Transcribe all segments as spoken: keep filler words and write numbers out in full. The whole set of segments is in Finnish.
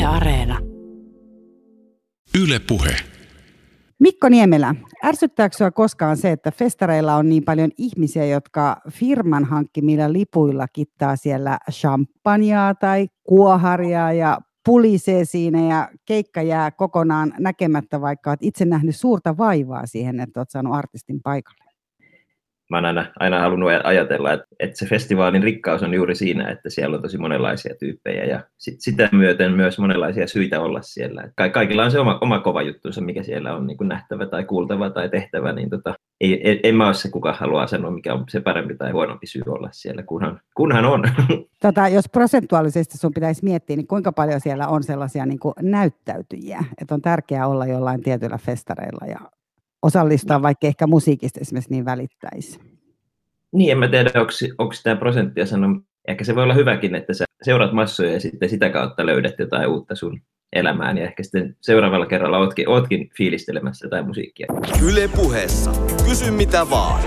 Areena. Yle Puhe. Mikko Niemelä, ärsyttääkö sinua koskaan se, että festareilla on niin paljon ihmisiä, jotka firman hankkimilla lipuilla kittaa siellä champagnea tai kuoharia ja pulisee siinä ja keikka jää kokonaan näkemättä, vaikka olet itse nähnyt suurta vaivaa siihen, että olet saanut artistin paikalle? Mä oon aina, aina halunnut ajatella, että, että se festivaalin rikkaus on juuri siinä, että siellä on tosi monenlaisia tyyppejä ja sit, sitä myöten myös monenlaisia syitä olla siellä. Ka- kaikilla on se oma, oma kova juttunsa, mikä siellä on niin kuin nähtävä tai kuultava tai tehtävä, niin tota, ei, en, en mä ole se, kuka haluaa sanoa, mikä on se parempi tai huonompi syy olla siellä, kunhan, kunhan on. Tota, jos prosentuaalisesti sun pitäisi miettiä, niin kuinka paljon siellä on sellaisia niin kuin näyttäytyjiä, että on tärkeää olla jollain tietyillä festareilla ja osallistua, no. Vaikka ehkä musiikista esimerkiksi niin välittäisi. Niin, en mä tiedä, onko tämä prosenttia sanoa. Ehkä se voi olla hyväkin, että sä seuraat massoja ja sitten sitä kautta löydät jotain uutta sun elämään. Ja ehkä sitten seuraavalla kerralla ootkin, ootkin fiilistelemässä jotain musiikkia. Yle Puheessa. Kysy mitä vaan.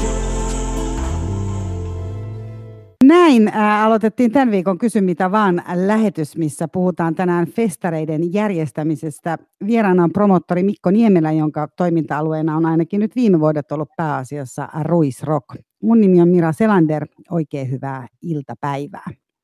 Näin ää, aloitettiin tämän viikon Kysy mitä vaan lähetys, missä puhutaan tänään festareiden järjestämisestä. Vieraana on promottori Mikko Niemelä, jonka toiminta-alueena on ainakin nyt viime vuodet ollut pääasiassa Ruisrock. Mun nimi on Mira Selander. Oikein hyvää iltapäivää.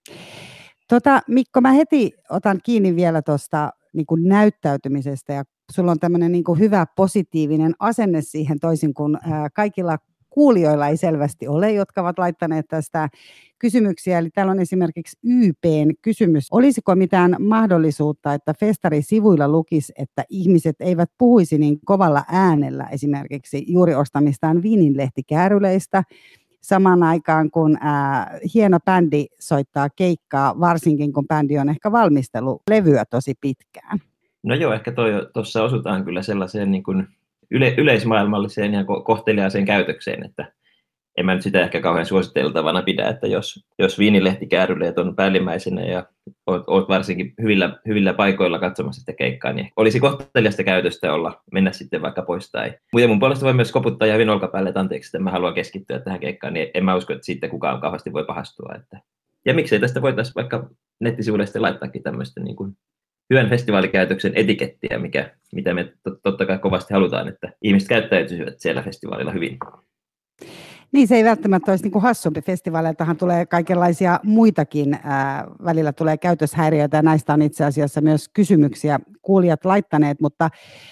Tota, Mikko, mä heti otan kiinni vielä tuosta niin kuin näyttäytymisestä ja sulla on tämmöinen niin kuin hyvä positiivinen asenne siihen toisin kuin ää, kaikilla kuulijoilla ei selvästi ole, jotka ovat laittaneet tästä kysymyksiä. Eli täällä on esimerkiksi Y P:n kysymys. Olisiko mitään mahdollisuutta, että festarisivuilla lukisi, että ihmiset eivät puhuisi niin kovalla äänellä esimerkiksi juuri ostamistaan viininlehtikääryleistä samaan aikaan, kun ää, hieno bändi soittaa keikkaa, varsinkin kun bändi on ehkä valmistellut levyä tosi pitkään? No joo, ehkä tuossa osutaan kyllä sellaiseen niin kuin yle, yleismaailmalliseen ja kohteliaaseen käytökseen, että en mä nyt sitä ehkä kauhean suositeltavana pidä, että jos, jos viinilehtikääryleet on päällimmäisenä ja oot, oot varsinkin hyvillä, hyvillä paikoilla katsomassa sitä keikkaa, niin olisi kohteliasta käytöstä olla, mennä sitten vaikka pois tai. Mutta mun puolesta voi myös koputtaa ja hyvin olkapäälle, että anteeksi, että mä haluan keskittyä tähän keikkaan, niin en mä usko, että siitä kukaan kauheasti voi pahastua. Että. Ja miksei tästä voitaisiin vaikka nettisivuille sitten laittaakin tämmöistä niin kuin hyvän festivaalikäytöksen etikettiä, mikä, mitä me totta kai kovasti halutaan, että ihmiset käyttäytyisivät siellä festivaalilla hyvin. Niin, se ei välttämättä olisi niin kuin hassumpi. Festivaaleiltahan tulee kaikenlaisia muitakin. Ää, välillä tulee käytöshäiriöitä ja näistä on itse asiassa myös kysymyksiä kuulijat laittaneet, mutta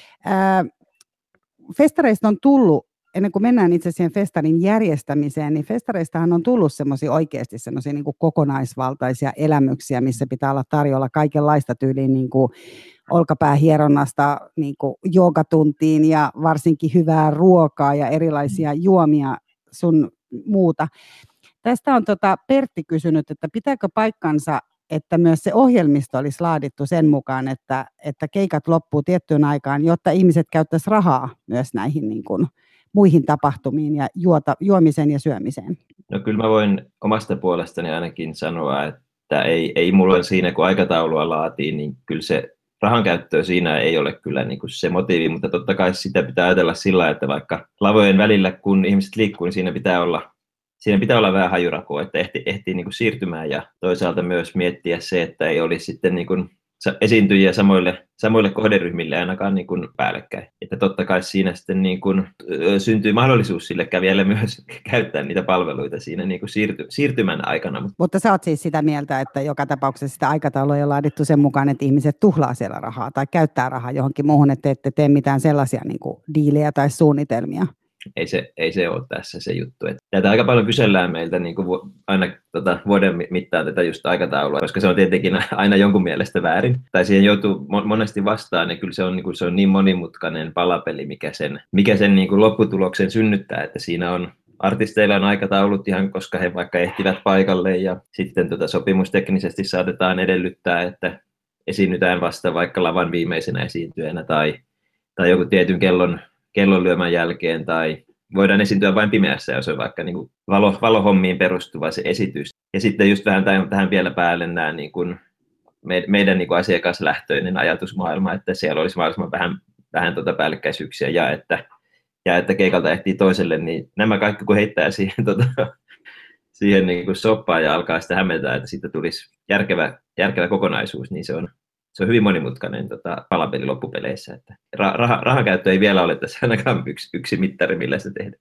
ää, festareista on tullut, ennen kuin mennään itse siihen festarin järjestämiseen, niin festareistahan on tullut semmoisia oikeasti semmoisia niin kuin kokonaisvaltaisia elämyksiä, missä pitää olla tarjolla kaikenlaista tyyliin niin kuin olkapäähieronnasta niin kuin joogatuntiin ja varsinkin hyvää ruokaa ja erilaisia juomia sun muuta. Tästä on tota Pertti kysynyt, että pitääkö paikkansa, että myös se ohjelmisto olisi laadittu sen mukaan, että, että keikat loppuu tiettyyn aikaan, jotta ihmiset käyttäisi rahaa myös näihin niin kuin muihin tapahtumiin ja juota, juomiseen ja syömiseen? No kyllä mä voin omasta puolestani ainakin sanoa, että ei, ei mulla siinä, kun aikataulua laatii, niin kyllä se rahankäyttöä siinä ei ole kyllä niin kuin se motiivi, mutta totta kai sitä pitää ajatella sillä, että vaikka lavojen välillä, kun ihmiset liikkuu, niin siinä pitää olla, siinä pitää olla vähän hajurakua, että ehtii, ehtii niin kuin siirtymään ja toisaalta myös miettiä se, että ei olisi sitten niin kuin esiintyjiä samoille, samoille kohderyhmille ainakaan niin kuin päällekkäin. Että totta kai siinä sitten niin kuin syntyy mahdollisuus sille kävijälle myös käyttää niitä palveluita siinä niin kuin siirty, siirtymän aikana. Mutta sä oot siis sitä mieltä, että joka tapauksessa sitä aikataulua on laadittu sen mukaan, että ihmiset tuhlaa siellä rahaa tai käyttää rahaa johonkin muuhun, että ette tee mitään sellaisia niin kuin diilejä tai suunnitelmia. Ei se, ei se ole tässä se juttu. Tätä aika paljon kysellään meiltä niin kuin aina tota, vuoden mittaan tätä just aikataulua, koska se on tietenkin aina jonkun mielestä väärin. Tai siihen joutuu monesti vastaan, niin kyllä se on niin, kuin, se on niin monimutkainen palapeli, mikä sen, mikä sen niin kuin lopputuloksen synnyttää, että siinä on artisteilla on aikataulut ihan, koska he vaikka ehtivät paikalle ja sitten tota sopimusteknisesti saatetaan edellyttää, että esiinnytään vasta vaikka lavan viimeisenä esiintyjänä tai, tai joku tietyn kellon kellonlyömän jälkeen, tai voidaan esiintyä vain pimeässä, jos on vaikka niin kuin valo, valohommiin perustuva se esitys. Ja sitten just vähän tähän, tähän vielä päälle nämä niin kuin me, meidän niin kuin asiakaslähtöinen ajatusmaailma, että siellä olisi mahdollisimman vähän, vähän tuota päällekkäisyyksiä, ja että, ja että keikalta ehtii toiselle, niin nämä kaikki kun heittää siihen, tuota, siihen niin kuin soppaan ja alkaa sitä hämmentää, että siitä tulisi järkevä, järkevä kokonaisuus, niin se on, se on hyvin monimutkainen tota, palapeli loppupeleissä. Että rah, rahankäyttö ei vielä ole tässä ainakaan yksi, yksi mittari, millä se tehdään.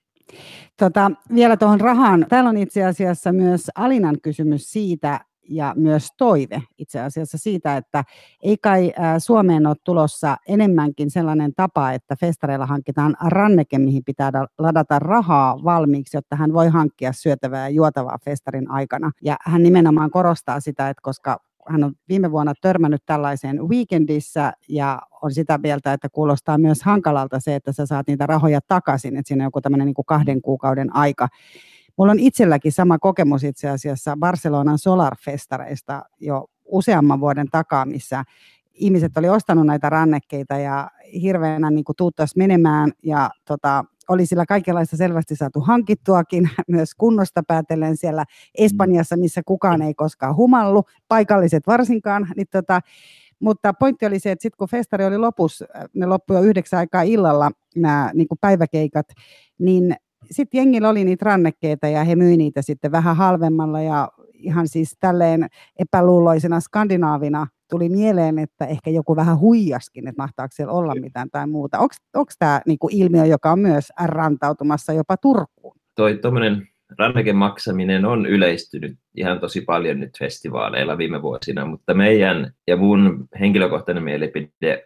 Tota, vielä tuohon rahaan. Täällä on itse asiassa myös Alinan kysymys siitä, ja myös toive itse asiassa siitä, että ei kai Suomeen ole tulossa enemmänkin sellainen tapa, että festareilla hankitaan ranneke, mihin pitää ladata rahaa valmiiksi, jotta hän voi hankkia syötävää ja juotavaa festarin aikana. Ja hän nimenomaan korostaa sitä, että koska hän on viime vuonna törmännyt tällaiseen weekendissä ja on sitä mieltä, että kuulostaa myös hankalalta se, että sä saat niitä rahoja takaisin, että siinä on joku tämmöinen niin kuin kahden kuukauden aika. Mulla on itselläkin sama kokemus itse asiassa Barcelonan Solar-festareista jo useamman vuoden takaa, missä ihmiset oli ostanut näitä rannekkeita ja hirveänä niin kuin tuuttas menemään ja tota, oli sillä kaikenlaista selvästi saatu hankittuakin, myös kunnosta päätellen siellä Espanjassa, missä kukaan ei koskaan humallu, paikalliset varsinkaan. Niin tota, mutta pointti oli se, että sitten kun festari oli lopussa, ne loppui jo yhdeksän aikaa illalla nämä niin kuin päiväkeikat, niin sitten jengillä oli niitä rannekkeita ja he myi niitä sitten vähän halvemmalla ja ihan siis tälleen epäluuloisena skandinaavina tuli mieleen, että ehkä joku vähän huijaskin, että mahtaako siellä olla mitään tai muuta. Onko tämä niinku ilmiö, joka on myös rantautumassa jopa Turkuun? Toi tuommoinen ranneken maksaminen on yleistynyt ihan tosi paljon nyt festivaaleilla viime vuosina, mutta meidän ja mun henkilökohtainen mielipide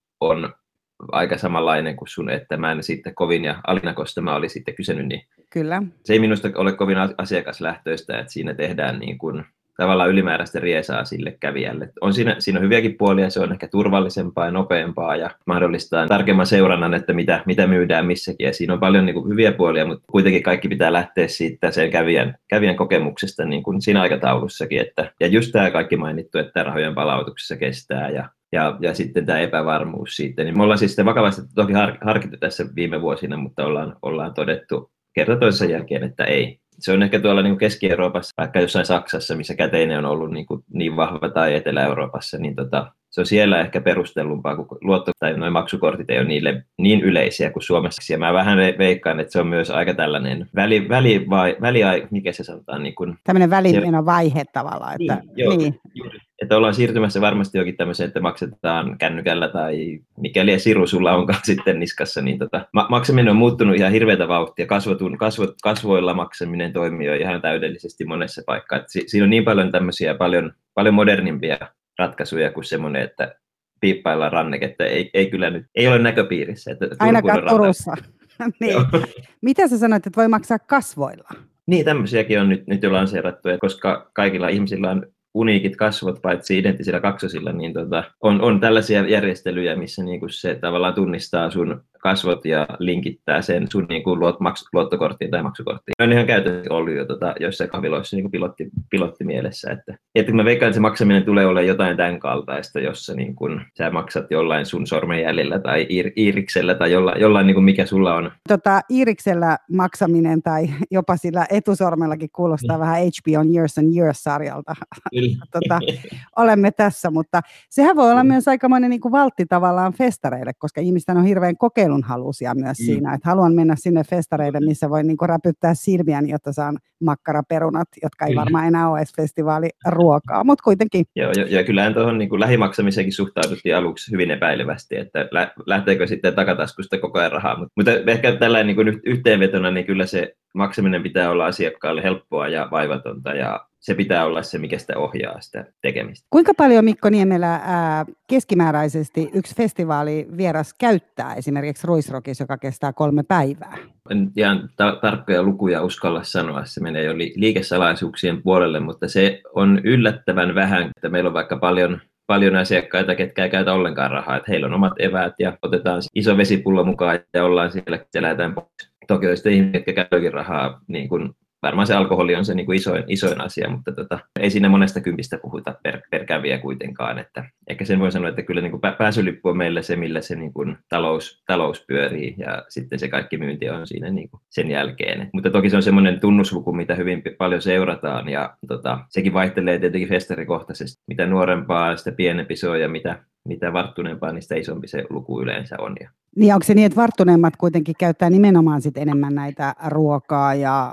on aika samanlainen kuin sun, että mä en sitten kovin, ja Alina Kostama oli sitten kysynyt, niin Kyllä. Se ei minusta ole kovin asiakaslähtöistä, että siinä tehdään niin kuin tavallaan ylimääräistä riesaa sille kävijälle. On siinä, siinä on hyviäkin puolia, se on ehkä turvallisempaa ja nopeampaa ja mahdollistaa tarkemman seurannan, että mitä, mitä myydään missäkin. Ja siinä on paljon niin kuin hyviä puolia, mutta kuitenkin kaikki pitää lähteä siitä sen kävijän, kävijän kokemuksesta niin kuin siinä aikataulussakin. Että, ja just tämä kaikki mainittu, että rahojen palautuksessa kestää ja Ja, ja sitten tämä epävarmuus siitä. Niin me ollaan siis vakavasti toki harkittu tässä viime vuosina, mutta ollaan, ollaan todettu kerta toisen jälkeen, että ei. Se on ehkä tuolla niin kuin Keski-Euroopassa, vaikka jossain Saksassa, missä käteinen on ollut niin, kuin niin vahva, tai Etelä-Euroopassa, niin tota, se on siellä ehkä perustellumpaa, kun luotto- tai nuo maksukortit ei ole niille niin yleisiä kuin Suomessa. Ja mä vähän veikkaan, että se on myös aika tällainen väli, väli vai, väli mikä se sanotaan? Niin kuin, tämmöinen välimeno-vaihe tavallaan. Että, niin, joo, niin. juuri. Että ollaan siirtymässä varmasti jokin tämmöiseen, että maksetaan kännykällä tai mikäli siru sulla onkaan sitten niskassa, niin tota, ma- maksaminen on muuttunut ihan hirveätä vauhtia. Kasvotun, kasvot, kasvoilla maksaminen toimii jo ihan täydellisesti monessa paikkaa. Et si- siinä on niin paljon tämmöisiä paljon, paljon modernimpia ratkaisuja kuin semmoinen, että piippaillaan ranneketta. Ei, ei kyllä nyt, ei ole näköpiirissä. Että ainakaan Turussa. Niin. Mitä sä sanoit, että voi maksaa kasvoilla? Niin, tämmöisiäkin on nyt, nyt jo lanseerattu, koska kaikilla ihmisillä on uniikit kasvot, paitsi identtisillä kaksosilla, niin tota, on, on tällaisia järjestelyjä, missä niinku se tavallaan tunnistaa sun kasvot ja linkittää sen sun niinku luot, maks, luottokorttiin tai maksukorttiin. On ihan käytössä ollut jo tota, joissain kahviloissa niinku pilotti, pilottimielessä. Että, että mä veikkaan, että se maksaminen tulee olemaan jotain tämän kaltaista, jossa niinku, sä maksat jollain sun sormenjäljellä tai iir, iiriksellä tai jollain, jollain niinku, mikä sulla on. Tota, iiriksellä maksaminen tai jopa sillä etusormellakin kuulostaa mm. vähän H B O Years and Years-sarjalta. Tota, olemme tässä, mutta sehän voi olla mm. myös aikamoinen niin kuin valtti tavallaan festareille, koska ihmiset on hirveän kokeilunhaluisia myös mm. siinä, että haluan mennä sinne festareille, missä voi niin kuin räpyttää silmiäni, jotta saan makkaraperunat, jotka ei varmaan enää ole edes festivaaliruokaa, mutta kuitenkin. Joo, ja, ja kyllähän tuohon niin kuin lähimaksamiseenkin suhtauduttiin aluksi hyvin epäilevästi, että lä- lähteekö sitten takataskusta koko ajan rahaa, mutta, mutta ehkä tällainen niin kuin yhteenvetona, niin kyllä se maksaminen pitää olla asiakkaalle helppoa ja vaivatonta ja se pitää olla se, mikä sitä ohjaa sitä tekemistä. Kuinka paljon Mikko Niemelä ää, keskimääräisesti yksi festivaalivieras käyttää esimerkiksi Ruisrockissa, joka kestää kolme päivää? En ihan ta- tarkkoja lukuja uskalla sanoa, se menee jo li- liikesalaisuuksien puolelle, mutta se on yllättävän vähän, että meillä on vaikka paljon paljon asiakkaita, ketkä ei käytä ollenkaan rahaa, että heillä on omat eväät ja otetaan iso vesipullo mukaan ja ollaan siellä ja lähdetään pois. Toki on sitten ihmiset, jotka käyvätkin rahaa, niin kuin, varmaan se alkoholi on se niin kuin isoin, isoin asia, mutta tota, ei siinä monesta kympistä puhuta per, per kävijä kuitenkaan. Että ehkä sen voi sanoa, että kyllä niin kuin pääsylippu on meillä se, millä se niin kuin talous, talous pyörii ja sitten se kaikki myynti on siinä niin kuin sen jälkeen. Mutta toki se on semmoinen tunnusluku, mitä hyvin paljon seurataan ja tota, sekin vaihtelee tietenkin festarikohtaisesti. Mitä nuorempaa, sitä pienempi se on ja mitä, mitä varttuneempaa, niin sitä isompi se luku yleensä on. Niin onko se niin, että varttuneemmat kuitenkin käyttää nimenomaan sit enemmän näitä ruokaa ja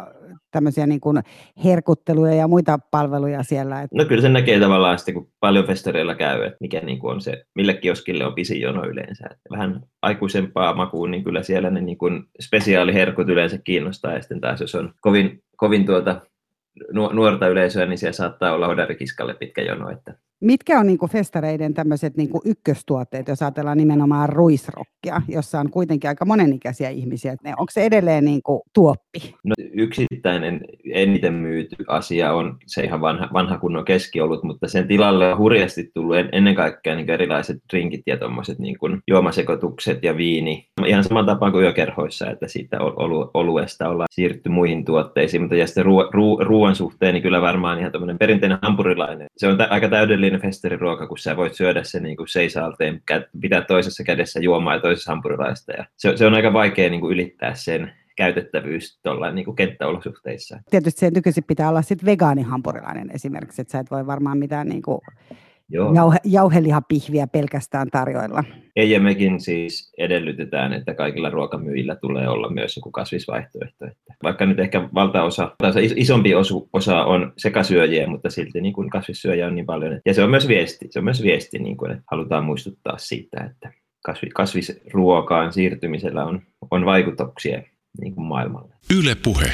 tämmöisiä niin kuin herkutteluja ja muita palveluja siellä? No kyllä se näkee tavallaan sitten, kun paljon festareilla käy, että mikä niin kuin on se, mille kioskille on pisin jono yleensä. Että vähän aikuisempaa makuun, niin kyllä siellä ne niin kuin spesiaaliherkut yleensä kiinnostaa. Ja sitten taas jos on kovin, kovin tuota nuorta yleisöä, niin siellä saattaa olla hodarikiskalle pitkä jono. Että mitkä on niinku festareiden tämmöiset niinku ykköstuotteet, jos ajatellaan nimenomaan ruisrockia, jossa on kuitenkin aika monenikäisiä ihmisiä? Onko se edelleen niinku tuoppi? No, yksittäinen eniten myyty asia on se ihan vanha, vanha kunnon keskiolut, mutta sen tilalle on hurjasti tullut ennen kaikkea niin erilaiset drinkit ja tommoset niin kuin juomasekoitukset ja viini. Ihan saman tapaan kuin yökerhoissa, että siitä olu, oluesta ollaan siirrytty muihin tuotteisiin, mutta ja sitten ruo, ruo, ruoan suhteen niin kyllä varmaan ihan tämmöinen perinteinen hampurilainen. Se on tä, aika täydellinen festariruoka, kun sä voit syödä se niin kuin seisaalteen, pitää toisessa kädessä juomaa ja toisessa hampurilaista. Ja se, se on aika vaikea niin kuin ylittää sen käytettävyys tuolla niin kuin kenttäolosuhteissa. Tietysti se nykyisin pitää olla sitten vegaanihampurilainen esimerkiksi, että sä et voi varmaan mitään niin kuin jauhe, jauhelihapihviä pelkästään tarjoilla. Ei, ja mekin siis edellytetään, että kaikilla ruokamyyjillä tulee olla myös joku kasvisvaihtoehto. Että vaikka nyt ehkä valtaosa, isompi osu, osa on sekasyöjiä, mutta silti niin kuin kasvissyöjä on niin paljon. Ja se on myös viesti, se on myös viesti niin kuin, että halutaan muistuttaa siitä, että kasvi, kasvisruokaan siirtymisellä on, on vaikutuksia niin kuin maailmalle. Yle Puhe.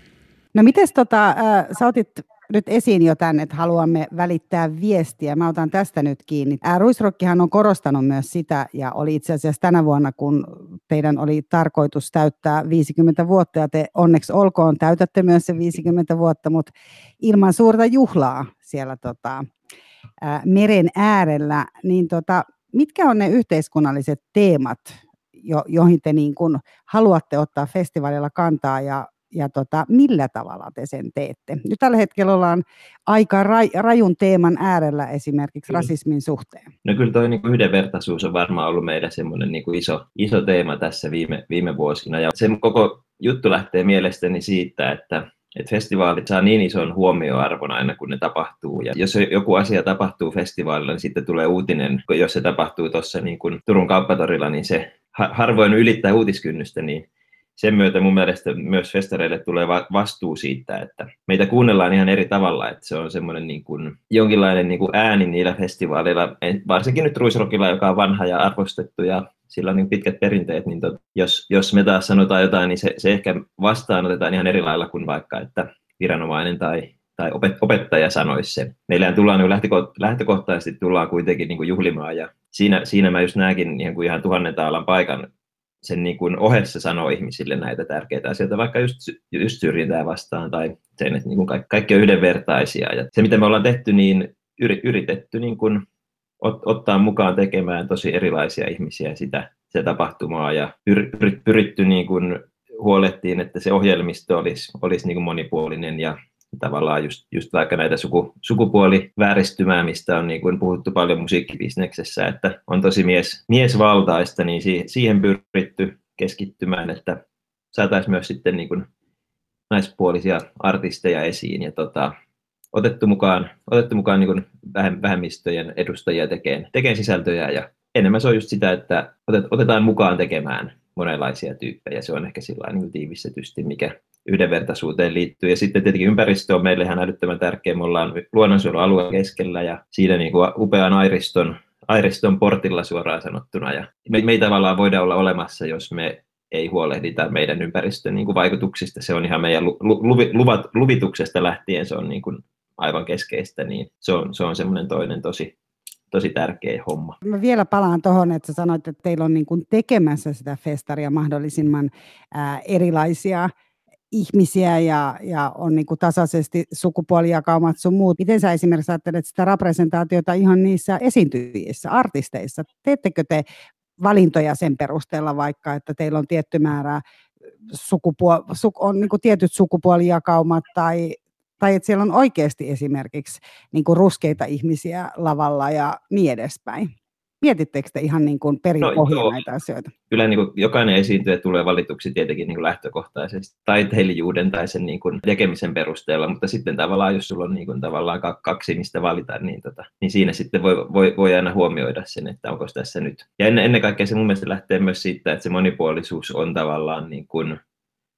No mites tota, äh, sä otit nyt esiin jo tämän, että haluamme välittää viestiä. Mä otan tästä nyt kiinni. Ää, Ruisrockihan on korostanut myös sitä, ja oli itse asiassa tänä vuonna, kun teidän oli tarkoitus täyttää viisikymmentä vuotta, ja te onneksi olkoon täytätte myös se viisikymmentä vuotta, mutta ilman suurta juhlaa siellä tota, ää, meren äärellä, niin tota, mitkä on ne yhteiskunnalliset teemat, jo, joihin te niin kun haluatte ottaa festivaalilla kantaa, ja Ja tota, millä tavalla te sen teette? Nyt tällä hetkellä ollaan aika raj, rajun teeman äärellä esimerkiksi kyllä. rasismin suhteen. No kyllä tuo niin yhdenvertaisuus on varmaan ollut meidän semmoinen niin kuin iso, iso teema tässä viime, viime vuosina. Ja se koko juttu lähtee mielestäni siitä, että että festivaalit saa niin ison huomioarvon aina, kun ne tapahtuu. Ja jos joku asia tapahtuu festivaalilla, niin sitten tulee uutinen. Jos se tapahtuu tuossa niin kuin Turun kauppatorilla, niin se harvoin ylittää uutiskynnystä, niin sen myötä mun mielestä myös festareille tulee vastuu siitä, että meitä kuunnellaan ihan eri tavalla, että se on semmoinen niin kuin jonkinlainen niin kuin ääni niillä festivaaleilla, varsinkin nyt Ruisrockilla, joka on vanha ja arvostettu ja sillä on niin pitkät perinteet, niin tot, jos, jos me taas sanotaan jotain, niin se, se ehkä vastaanotetaan ihan eri lailla kuin vaikka, että viranomainen tai, tai opettaja sanoisi sen. Meillähän tullaan niin lähtöko- lähtökohtaisesti tullaan kuitenkin niin kuin juhlimaan ja siinä, siinä mä just näenkin niin kuin ihan tuhannen taalan paikan sen niin kuin ohessa sanoo ihmisille näitä tärkeitä asioita, vaikka just, just syrjintää vastaan tai sen, että niin kuin kaikki, kaikki on yhdenvertaisia. Ja se, mitä me ollaan tehty, niin yritetty niin kuin ot, ottaa mukaan tekemään tosi erilaisia ihmisiä sitä, sitä tapahtumaa ja pyr, pyr, pyritty niin kuin huolettiin, että se ohjelmisto olisi, olisi niin kuin monipuolinen ja tavallaan just, just vaikka näitä suku, sukupuolivääristymää, mistä on niin kuin puhuttu paljon musiikkibisneksessä, että on tosi mies, miesvaltaista, niin siihen, siihen pyritty keskittymään, että saataisiin myös sitten niin kuin naispuolisia artisteja esiin ja tota, otettu mukaan, otettu mukaan niin kuin vähemmistöjen edustajia tekemään, tekemään sisältöjä ja enemmän se on just sitä, että otetaan mukaan tekemään monenlaisia tyyppejä. Se on ehkä sillä niin tiivistetysti, mikä yhdenvertaisuuteen liittyy. Ja sitten tietenkin ympäristö on meille ihan älyttömän tärkeä. Me ollaan luonnonsuojelualueen keskellä ja siinä niin kuin upean airiston, airiston portilla suoraan sanottuna. Ja me, me ei tavallaan voida olla olemassa, jos me ei huolehdita meidän ympäristön niin kuin vaikutuksista. Se on ihan meidän lu, lu, luvat, luvituksesta lähtien se on niin kuin aivan keskeistä. Niin se on, se on semmoinen toinen tosi tosi tärkeä homma. Mä vielä palaan tuohon, että sä sanoit, että teillä on niin kuin tekemässä sitä festaria mahdollisimman ää, erilaisia ihmisiä ja, ja on niin kuin tasaisesti sukupuolijakaumat sun muut. Miten sä esimerkiksi ajattelet sitä representaatiota ihan niissä esiintyjissä, artisteissa? Teettekö te valintoja sen perusteella vaikka, että teillä on tietty määrä sukupuol- su- on niin kuin tietyt sukupuolijakaumat tai Tai että siellä on oikeasti esimerkiksi niin kuin ruskeita ihmisiä lavalla ja niin edespäin. Mietittekö te ihan niin kuin perin no, pohjia näitä asioita? Kyllä niin kuin jokainen esiintyjä tulee valituksi tietenkin niin kuin lähtökohtaisesti taiteilijuuden tai sen niin kuin tekemisen perusteella, mutta sitten tavallaan, jos sulla on niin kuin tavallaan kaksi, mistä valita, niin, tota, niin siinä sitten voi, voi, voi aina huomioida sen, että onko tässä nyt. Ja ennen, ennen kaikkea se mun mielestä lähtee myös siitä, että se monipuolisuus on tavallaan niin kuin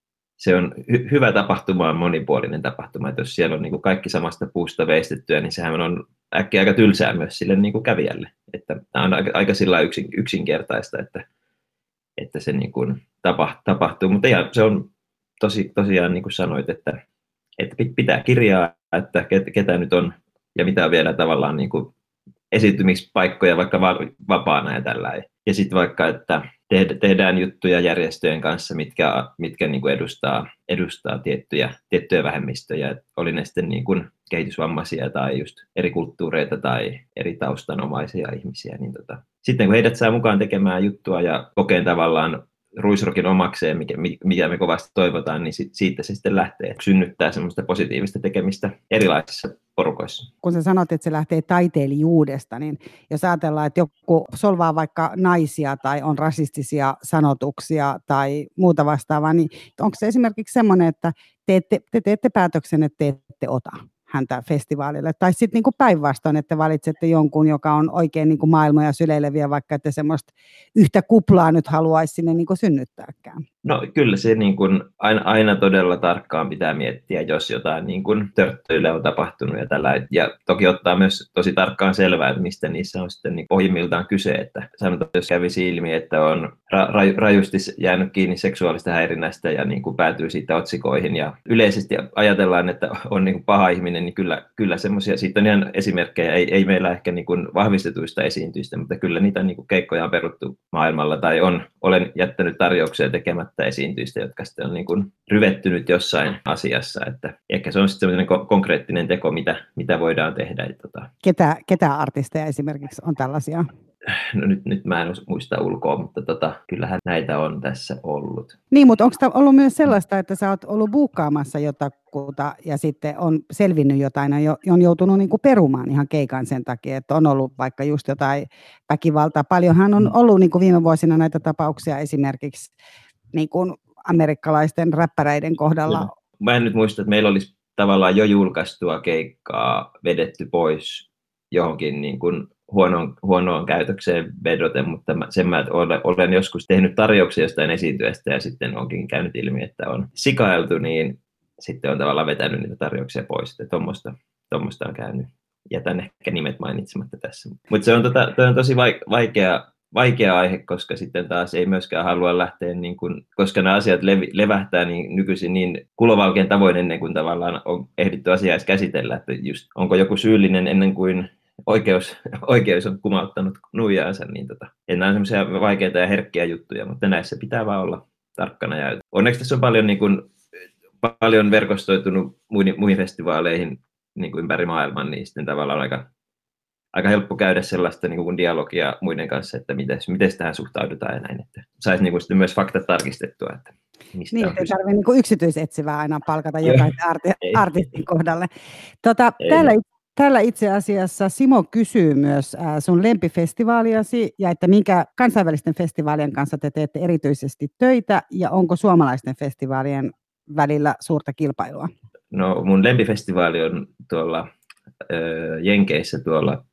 se on hy- hyvä tapahtuma, on monipuolinen tapahtuma, että jos siellä on niin kuin kaikki samasta puusta veistettyä, niin sehän on äkkiä aika tylsää myös sille niin kuin kävijälle. Että tämä on aika, aika sillä yksin, yksinkertaista, että, että se niin kuin tapa, tapahtuu, mutta ihan, se on tosi, tosiaan niin kuin sanoit, että, että pitää kirjaa, että ketä nyt on ja mitä on vielä tavallaan niin kuin esiintymispaikkoja vaikka vapaana ja tällä. Ja sitten vaikka, että tehdään juttuja järjestöjen kanssa, mitkä, mitkä niin kuin edustaa, edustaa tiettyjä, tiettyjä vähemmistöjä, oli ne sitten niin kuin kehitysvammaisia tai just eri kulttuureita tai eri taustanomaisia ihmisiä. Niin tota. Sitten kun heidät saa mukaan tekemään juttua ja kokeen tavallaan ruisrokin omakseen, mikä, mikä me kovasti toivotaan, niin siitä se sitten lähtee synnyttää semmoista positiivista tekemistä erilaisissa porukoissa. Kun sä sanot, että se lähtee taiteilijuudesta, niin jos ajatellaan, että joku solvaa vaikka naisia tai on rasistisia sanotuksia tai muuta vastaavaa, niin onko se esimerkiksi semmoinen, että te, te, te teette päätöksen, että te ette ota häntä festivaalille, tai sitten niinku päinvastoin, että valitsette jonkun, joka on oikein niinku maailmoja syleileviä, vaikka ette semmoista yhtä kuplaa nyt haluaisi sinne niinku synnyttääkään. No kyllä se niin kuin aina, aina todella tarkkaan pitää miettiä, jos jotain niin kuin törttöillä on tapahtunut ja tällä. Ja toki ottaa myös tosi tarkkaan selvää, että mistä niissä on sitten niin pohjimmiltaan kyse. Että sanotaan, jos kävisi ilmi, että on ra- ra- rajusti jäänyt kiinni seksuaalista häirinnästä ja niin kuin päätyy siitä otsikoihin. Ja yleisesti ajatellaan, että on niin kuin paha ihminen, niin kyllä, kyllä semmoisia, siitä on ihan esimerkkejä, ei, ei meillä ehkä niin kuin vahvistetuista esiintyistä, mutta kyllä niitä niin kuin keikkoja on peruttu maailmalla tai on, olen jättänyt tarjouksia tekemättä esiintyistä, jotka sitten on niin kuin ryvettynyt jossain asiassa, että ehkä se on sitten sellainen ko- konkreettinen teko, mitä, mitä voidaan tehdä. Tota. Ketä, ketä artisteja esimerkiksi on tällaisia? No nyt, nyt mä en muista ulkoa, mutta tota, kyllähän näitä on tässä ollut. Niin, mutta onko ollut myös sellaista, että sä oot ollut buukkaamassa jotakuta ja sitten on selvinnyt jotain ja on joutunut niin kuin perumaan ihan keikan sen takia, että on ollut vaikka just jotain väkivaltaa. Paljonhan on ollut niin kuin viime vuosina näitä tapauksia esimerkiksi niin kuin amerikkalaisten räppäreiden kohdalla. Kyllä. Mä en nyt muista, että meillä olisi tavallaan jo julkaistua keikkaa vedetty pois johonkin niin kuin huonoon, huonoon käytökseen vedoten, mutta mä, sen mä olen, olen joskus tehnyt tarjouksia jostain esiintyjästä ja sitten onkin käynyt ilmi, että on sikailtu, niin sitten on tavallaan vetänyt niitä tarjouksia pois, että tuommoista, tuommoista on käynyt. Jätän ehkä nimet mainitsematta tässä. Mutta se on, tota, on tosi vaikea, vaikea aihe, koska sitten taas ei myöskään halua lähteä, niin kun, koska nämä asiat levi, levähtää niin nykyisin niin kulovalkean tavoin ennen kuin tavallaan on ehditty asiaa edes käsitellä, että just onko joku syyllinen ennen kuin Oikeus, oikeus on kumauttanut nuijaansa, niin tota, nämä on semmoisia vaikeita ja herkkiä juttuja, mutta näissä pitää vaan olla tarkkana. Ja onneksi tässä on paljon, niin kuin, paljon verkostoitunut muihin, muihin festivaaleihin niin kuin ympäri maailman, niin sitten tavallaan on aika, aika helppo käydä sellaista niin kuin dialogia muiden kanssa, että miten, miten tähän suhtaudutaan ja näin, että saisi niin kuin sitten myös faktat tarkistettua, että mistä niin, on ei tarvitse niin kuin yksityisetsivää aina palkata jokaisen arti- artistin kohdalle. Tota, Ei, täällä Täällä itse asiassa Simo kysyy myös äh, sun lempifestivaaliasi ja että minkä kansainvälisten festivaalien kanssa te teette erityisesti töitä ja onko suomalaisten festivaalien välillä suurta kilpailua? No mun lempifestivaali on tuolla äh, Jenkeissä tuolla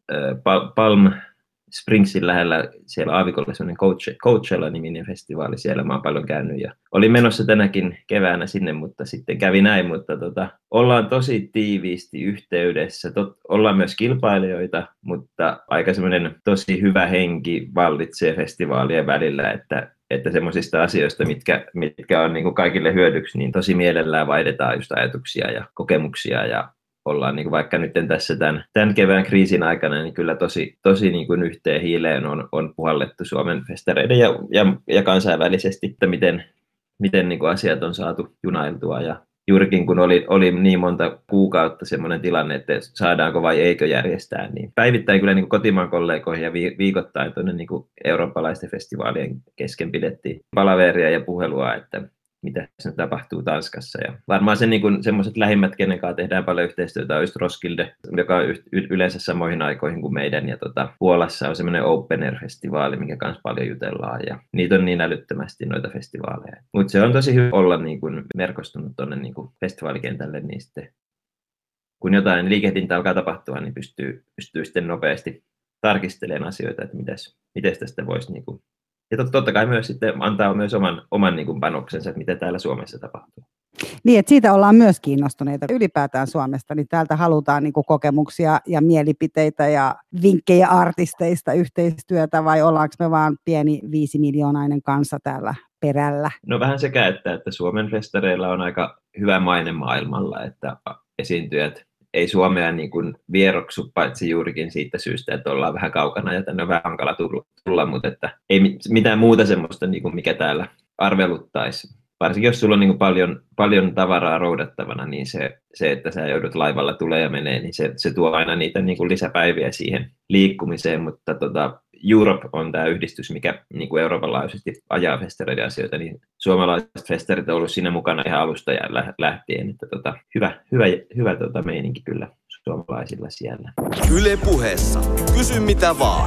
äh, Palm Springsin lähellä, siellä aavikolla semmoinen Coachella-niminen festivaali, siellä mä oon paljon käynyt ja olin menossa tänäkin keväänä sinne, mutta sitten kävi näin, mutta tota, ollaan tosi tiiviisti yhteydessä, Tot, ollaan myös kilpailijoita, mutta aika semmoinen tosi hyvä henki vallitsee festivaalien välillä, että että semmoisista asioista, mitkä, mitkä on niin kuin kaikille hyödyksi, niin tosi mielellään vaihdetaan just ajatuksia ja kokemuksia ja ollaan niin kuin vaikka nyt tässä tämän, tämän kevään kriisin aikana, niin kyllä tosi, tosi niin kuin yhteen hiileen on, on puhallettu Suomen festareiden ja, ja, ja kansainvälisesti, että miten, miten niin kuin asiat on saatu junailtua. Ja juurikin kun oli, oli niin monta kuukautta semmoinen tilanne, että saadaanko vai eikö järjestää, niin päivittäin kyllä niin kuin kotimaan kollegoihin ja viikoittain tuonne niin kuin eurooppalaisten festivaalien kesken pidettiin palaveria ja puhelua, että mitä se tapahtuu Tanskassa. Ja varmaan se, niin semmoiset lähimmät, kenen kanssa tehdään paljon yhteistyötä, on just Roskilde, joka on yleensä samoihin aikoihin kuin meidän. Ja tota, Puolassa on semmoinen Open Air-festivaali, minkä kanssa paljon jutellaan. Ja niitä on niin älyttömästi noita festivaaleja. Mutta se on tosi hyvä olla niin kuin merkostunut tuonne niin kuin festivaalikentälle, niin sitten kun jotain liikehdintä alkaa tapahtua, niin pystyy, pystyy sitten nopeasti tarkistelemaan asioita, että miten tästä voisi niin kuin ja totta kai myös sitten antaa myös oman, oman niin kuin panoksensa, että mitä täällä Suomessa tapahtuu. Niin, että siitä ollaan myös kiinnostuneita ylipäätään Suomesta, niin täältä halutaan niin kuin kokemuksia ja mielipiteitä ja vinkkejä artisteista, yhteistyötä, vai ollaanko me vaan pieni viisi miljoonainen kansa täällä perällä? No vähän sekä, että, että Suomen festareilla on aika hyvä maine maailmalla, että esiintyjät ei Suomea niin kuin vieroksu, paitsi juurikin siitä syystä, että ollaan vähän kaukana ja tänne on vähän hankala tulla, mutta että ei mitään muuta semmoista, niin kuin mikä täällä arveluttaisi. Varsinkin jos sulla on niin kuin paljon, paljon tavaraa roudattavana, niin se, se, että sä joudut laivalla tulee ja menee, niin se, se tuo aina niitä niin kuin lisäpäiviä siihen liikkumiseen, mutta tota, Europe on tämä yhdistys, mikä niin kuin Euroopan laajuisesti ajaa festareiden asioita, niin suomalaiset festarit on ollut siinä mukana ihan alusta ja lähtien, että tota, hyvä, hyvä, hyvä tota meininki kyllä suomalaisilla siellä. Yle Puheessa. Kysy mitä vaan.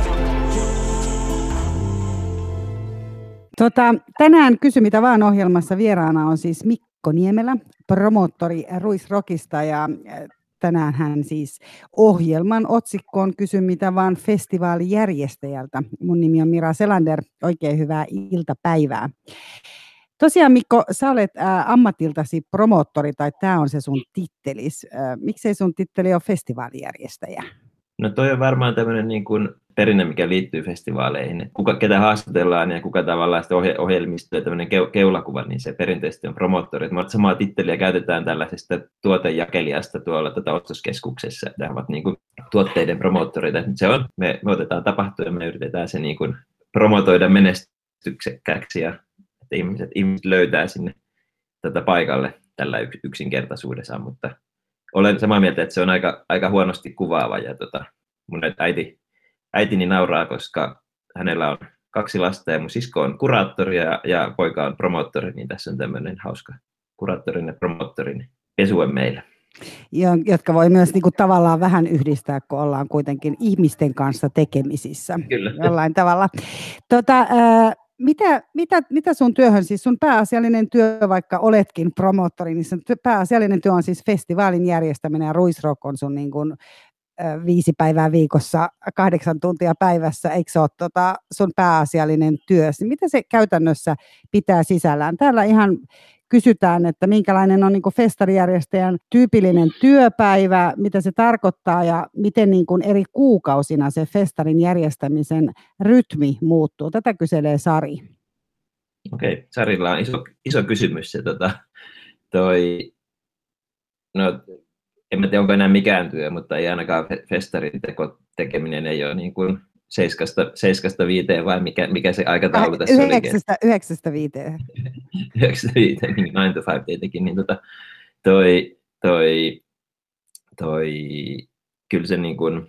Tota, tänään Kysy mitä vaan -ohjelmassa vieraana on siis Mikko Niemelä, promoottori Ruisrockista, ja tänään hän siis ohjelman otsikko on Kysy mitä vaan -festivaalijärjestäjältä. Mun nimi on Mira Selander, oikein hyvää iltapäivää. Tosiaan Mikko, sä olet ä, ammatiltasi promoottori, tai tämä on se sun tittelis. Ä, miksei sun titteli ole festivaalijärjestäjä? No toi on varmaan tämmöinen niin kuin perinne, mikä liittyy festivaaleihin. Kuka, ketä haastatellaan ja kuka tavallaan sitä ohje, ohjelmistoa ja tämmöinen keulakuva, niin se perinteisesti on promoottori. Mutta samaa titteliä käytetään tällaisesta tuotejakelijasta tuolla tätä ostoskeskuksessa. Nämä ovat niin kuin tuotteiden promoottoreita. Se on, me, me otetaan tapahtua ja me yritetään se niin kuin promotoida menestyksekkääksi ja että ihmiset, ihmiset löytää sinne tätä paikalle tällä yksinkertaisuudessaan, mutta olen samaa mieltä, että se on aika, aika huonosti kuvaava ja tota, mun äiti, äitini nauraa, koska hänellä on kaksi lasta ja mun sisko on kuraattori ja, ja poika on promoottori, niin tässä on tämmöinen hauska kuraattorin ja promoottorin pesue meillä. Jotka voi myös niin kuin tavallaan vähän yhdistää, kun ollaan kuitenkin ihmisten kanssa tekemisissä. Kyllä. Jollain tavalla. Tota, ää, Mitä, mitä, mitä sun työhön, siis sun pääasiallinen työ, vaikka oletkin promoottori, niin sun pääasiallinen työ on siis festivaalin järjestäminen, ja Ruisrock on sun niin kuin, ä, viisi päivää viikossa, kahdeksan tuntia päivässä, eikö se ole tota, sun pääasiallinen työ? Mitä se käytännössä pitää sisällään? Täällä ihan kysytään, että minkälainen on niin kuin festarijärjestäjän tyypillinen työpäivä, mitä se tarkoittaa ja miten niin kuin eri kuukausina se festarin järjestämisen rytmi muuttuu. Tätä kyselee Sari. Okei, Sarilla on iso, iso kysymys. Se, tota, toi, no, en mä tiedä, onko enää mikään työ, mutta ei ainakaan festarin teko, tekeminen ei ole niin kuin seiskasta, seiskasta viiteen, vai mikä, mikä se aikataulu tässä oli? Yhdeksästä viiteen. Yhdeksästä viiteen, niin nine to five tietenkin. Niin tota, toi, toi, toi, kyllä se niin kuin,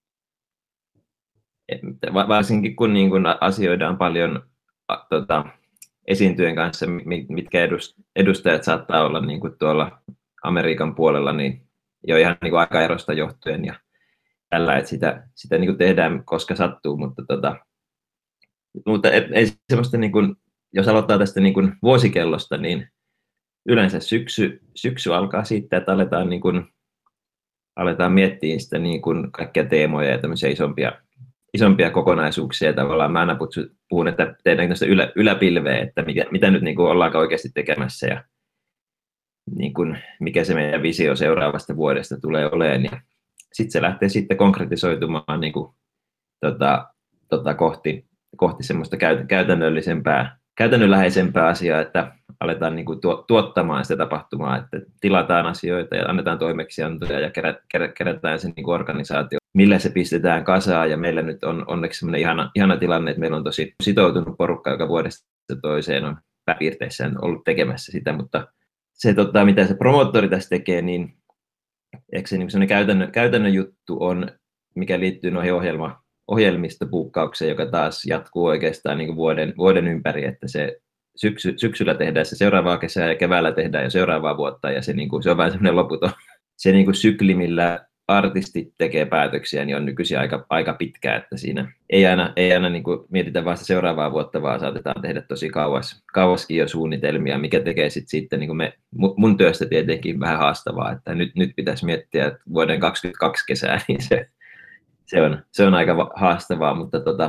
varsinkin kun niin kuin asioidaan paljon tota, esiintyjen kanssa, mitkä edustajat saattaa olla niin kuin tuolla Amerikan puolella, niin jo ihan niin kuin aikaerosta johtuen ja tällä, että sitä, sitä niin kuin tehdään, koska sattuu, mutta, tota, mutta ei semmoista, niin kuin, jos aloittaa tästä niin kuin vuosikellosta, niin yleensä syksy, syksy alkaa siitä, että aletaan, niin kuin, aletaan miettiä sitä niin kuin kaikkia teemoja ja tämmöisiä isompia, isompia kokonaisuuksia. Tavallaan mä aina puhun, että tehdään tästä ylä, yläpilveä, että mikä, mitä nyt niin kuin ollaankaan oikeasti tekemässä ja niin kuin, mikä se meidän visio seuraavasta vuodesta tulee olemaan. Ja sitten se lähtee sitten konkretisoitumaan niin kuin, tota, tota, kohti, kohti semmoista käytännöllisempää, käytännönläheisempää asiaa, että aletaan niin kuin, tuottamaan sitä tapahtumaa, että tilataan asioita ja annetaan toimeksiantoja ja kerä, kerä, kerätään se niin kuin organisaatio, millä se pistetään kasaan. Ja meillä nyt on onneksi semmoinen ihana, ihana tilanne, että meillä on tosi sitoutunut porukka, joka vuodesta toiseen on pääpiirteissään ollut tekemässä sitä, mutta se, tota, mitä se promoottori tässä tekee, niin eikö se niin käytännön, käytännön juttu on, mikä liittyy noihin ohjelma, ohjelmistopuukkaukseen, joka taas jatkuu oikeastaan niin kuin vuoden, vuoden ympäri, että se syksy, syksyllä tehdään se seuraavaa kesää ja keväällä tehdään jo seuraavaa vuotta, ja se, niin kuin, se on vähän semmoinen loputon. Se niin kuin sykli, millä artistit tekee päätöksiä, niin on nykyisin aika, aika pitkä, että siinä ei aina, ei aina niin kuin mietitä vasta seuraavaa vuotta, vaan saatetaan tehdä tosi kauas, kauaskin jo suunnitelmia, mikä tekee sit sitten niin kuin me, mun työstä tietenkin vähän haastavaa, että nyt, nyt pitäisi miettiä, että vuoden kaksikymmentäkaksi kesää, niin se, se, on, se on aika haastavaa, mutta tota,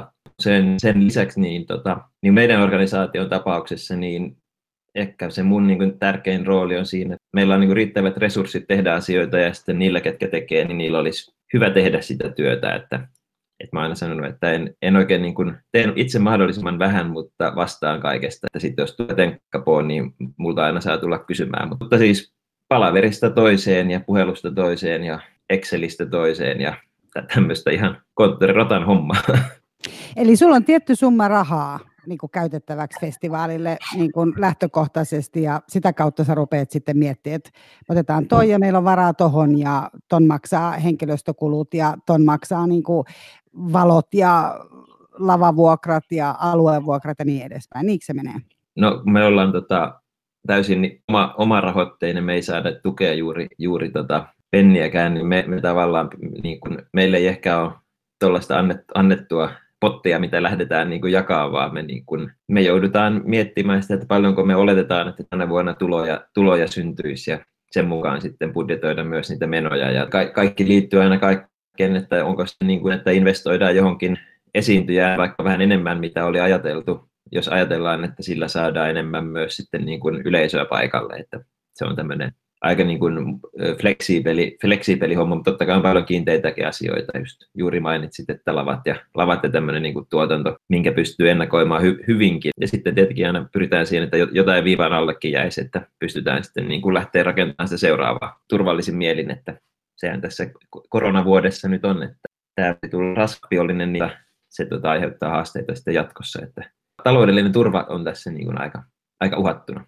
sen, sen lisäksi niin, tota, niin meidän organisaation tapauksessa niin ehkä se mun niin kuin, tärkein rooli on siinä, että meillä on niin kuin, riittävät resurssit tehdä asioita ja sitten niillä, ketkä tekee, niin niillä olisi hyvä tehdä sitä työtä. Että, että mä aina sanonut, että en, en oikein niin kuin, teen itse mahdollisimman vähän, mutta vastaan kaikesta. Että sitten jos tulee tenkkapoon, niin multa aina saa tulla kysymään. Mutta siis palaverista toiseen ja puhelusta toiseen ja Excelistä toiseen ja tämmöistä ihan konttorirotan hommaa. Eli sulla on tietty summa rahaa niin kuin käytettäväksi festivaalille niin kuin lähtökohtaisesti ja sitä kautta sä rupeat sitten miettimään, että otetaan toi ja meillä on varaa tohon ja ton maksaa henkilöstökulut ja ton maksaa niin kuin valot ja lavavuokrat ja aluevuokrat ja niin edespäin. Niinkö se menee? No me ollaan tota, täysin oma, oma rahoitteinen, me ei saada tukea juuri, juuri tota penniäkään, niin me, me tavallaan, niin kuin, meille ei ehkä ole tuollaista annettua pottia, mitä lähdetään niin kuin jakaa, vaan me, niin kuin, me joudutaan miettimään sitä, että paljonko me oletetaan, että tänä vuonna tuloja, tuloja syntyisi ja sen mukaan sitten budjetoida myös niitä menoja. Ja ka- kaikki liittyy aina kaikkeen, että onko se niin kuin, että investoidaan johonkin esiintyjään vaikka vähän enemmän, mitä oli ajateltu, jos ajatellaan, että sillä saadaan enemmän myös sitten niin kuin yleisöä paikalle, että se on tämmöinen aika niin kuin fleksiibeli, fleksiibeli homma, mutta totta kai on paljon kiinteitäkin asioita. Just juuri mainitsit, että lavat ja, lavat ja tämmöinen niin kuin tuotanto, minkä pystyy ennakoimaan hy, hyvinkin. Ja sitten tietenkin aina pyritään siihen, että jotain viivan allekin jäisi, että pystytään sitten niin kuin lähteä rakentamaan sitä seuraavaa turvallisin mielin, että sehän tässä koronavuodessa nyt on, että tämä tulee raskapiollinen, niin se tota, aiheuttaa haasteita sitten jatkossa, että taloudellinen turva on tässä niin kuin aika, aika uhattuna.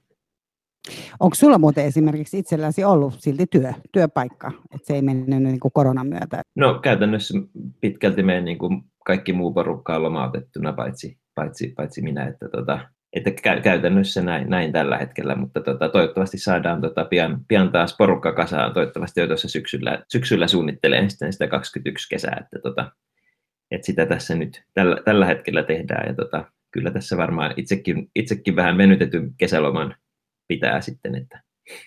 Onko sulla muuten esimerkiksi itselläsi ollut silti työ, työpaikka, että se ei mennyt niin kuin koronan myötä? No käytännössä pitkälti meidän niin kuin kaikki muu porukka on lomautettuna, paitsi, paitsi, paitsi minä, että, tota, että käytännössä näin, näin tällä hetkellä, mutta tota, toivottavasti saadaan tota, pian, pian taas porukka kasaan, toivottavasti jo tuossa syksyllä, syksyllä suunnittelee sitten sitä kaksikymmentäyksi kesää, että, tota, että sitä tässä nyt tällä, tällä hetkellä tehdään ja tota, kyllä tässä varmaan itsekin, itsekin vähän venytetyn kesäloman pitää sitten, että.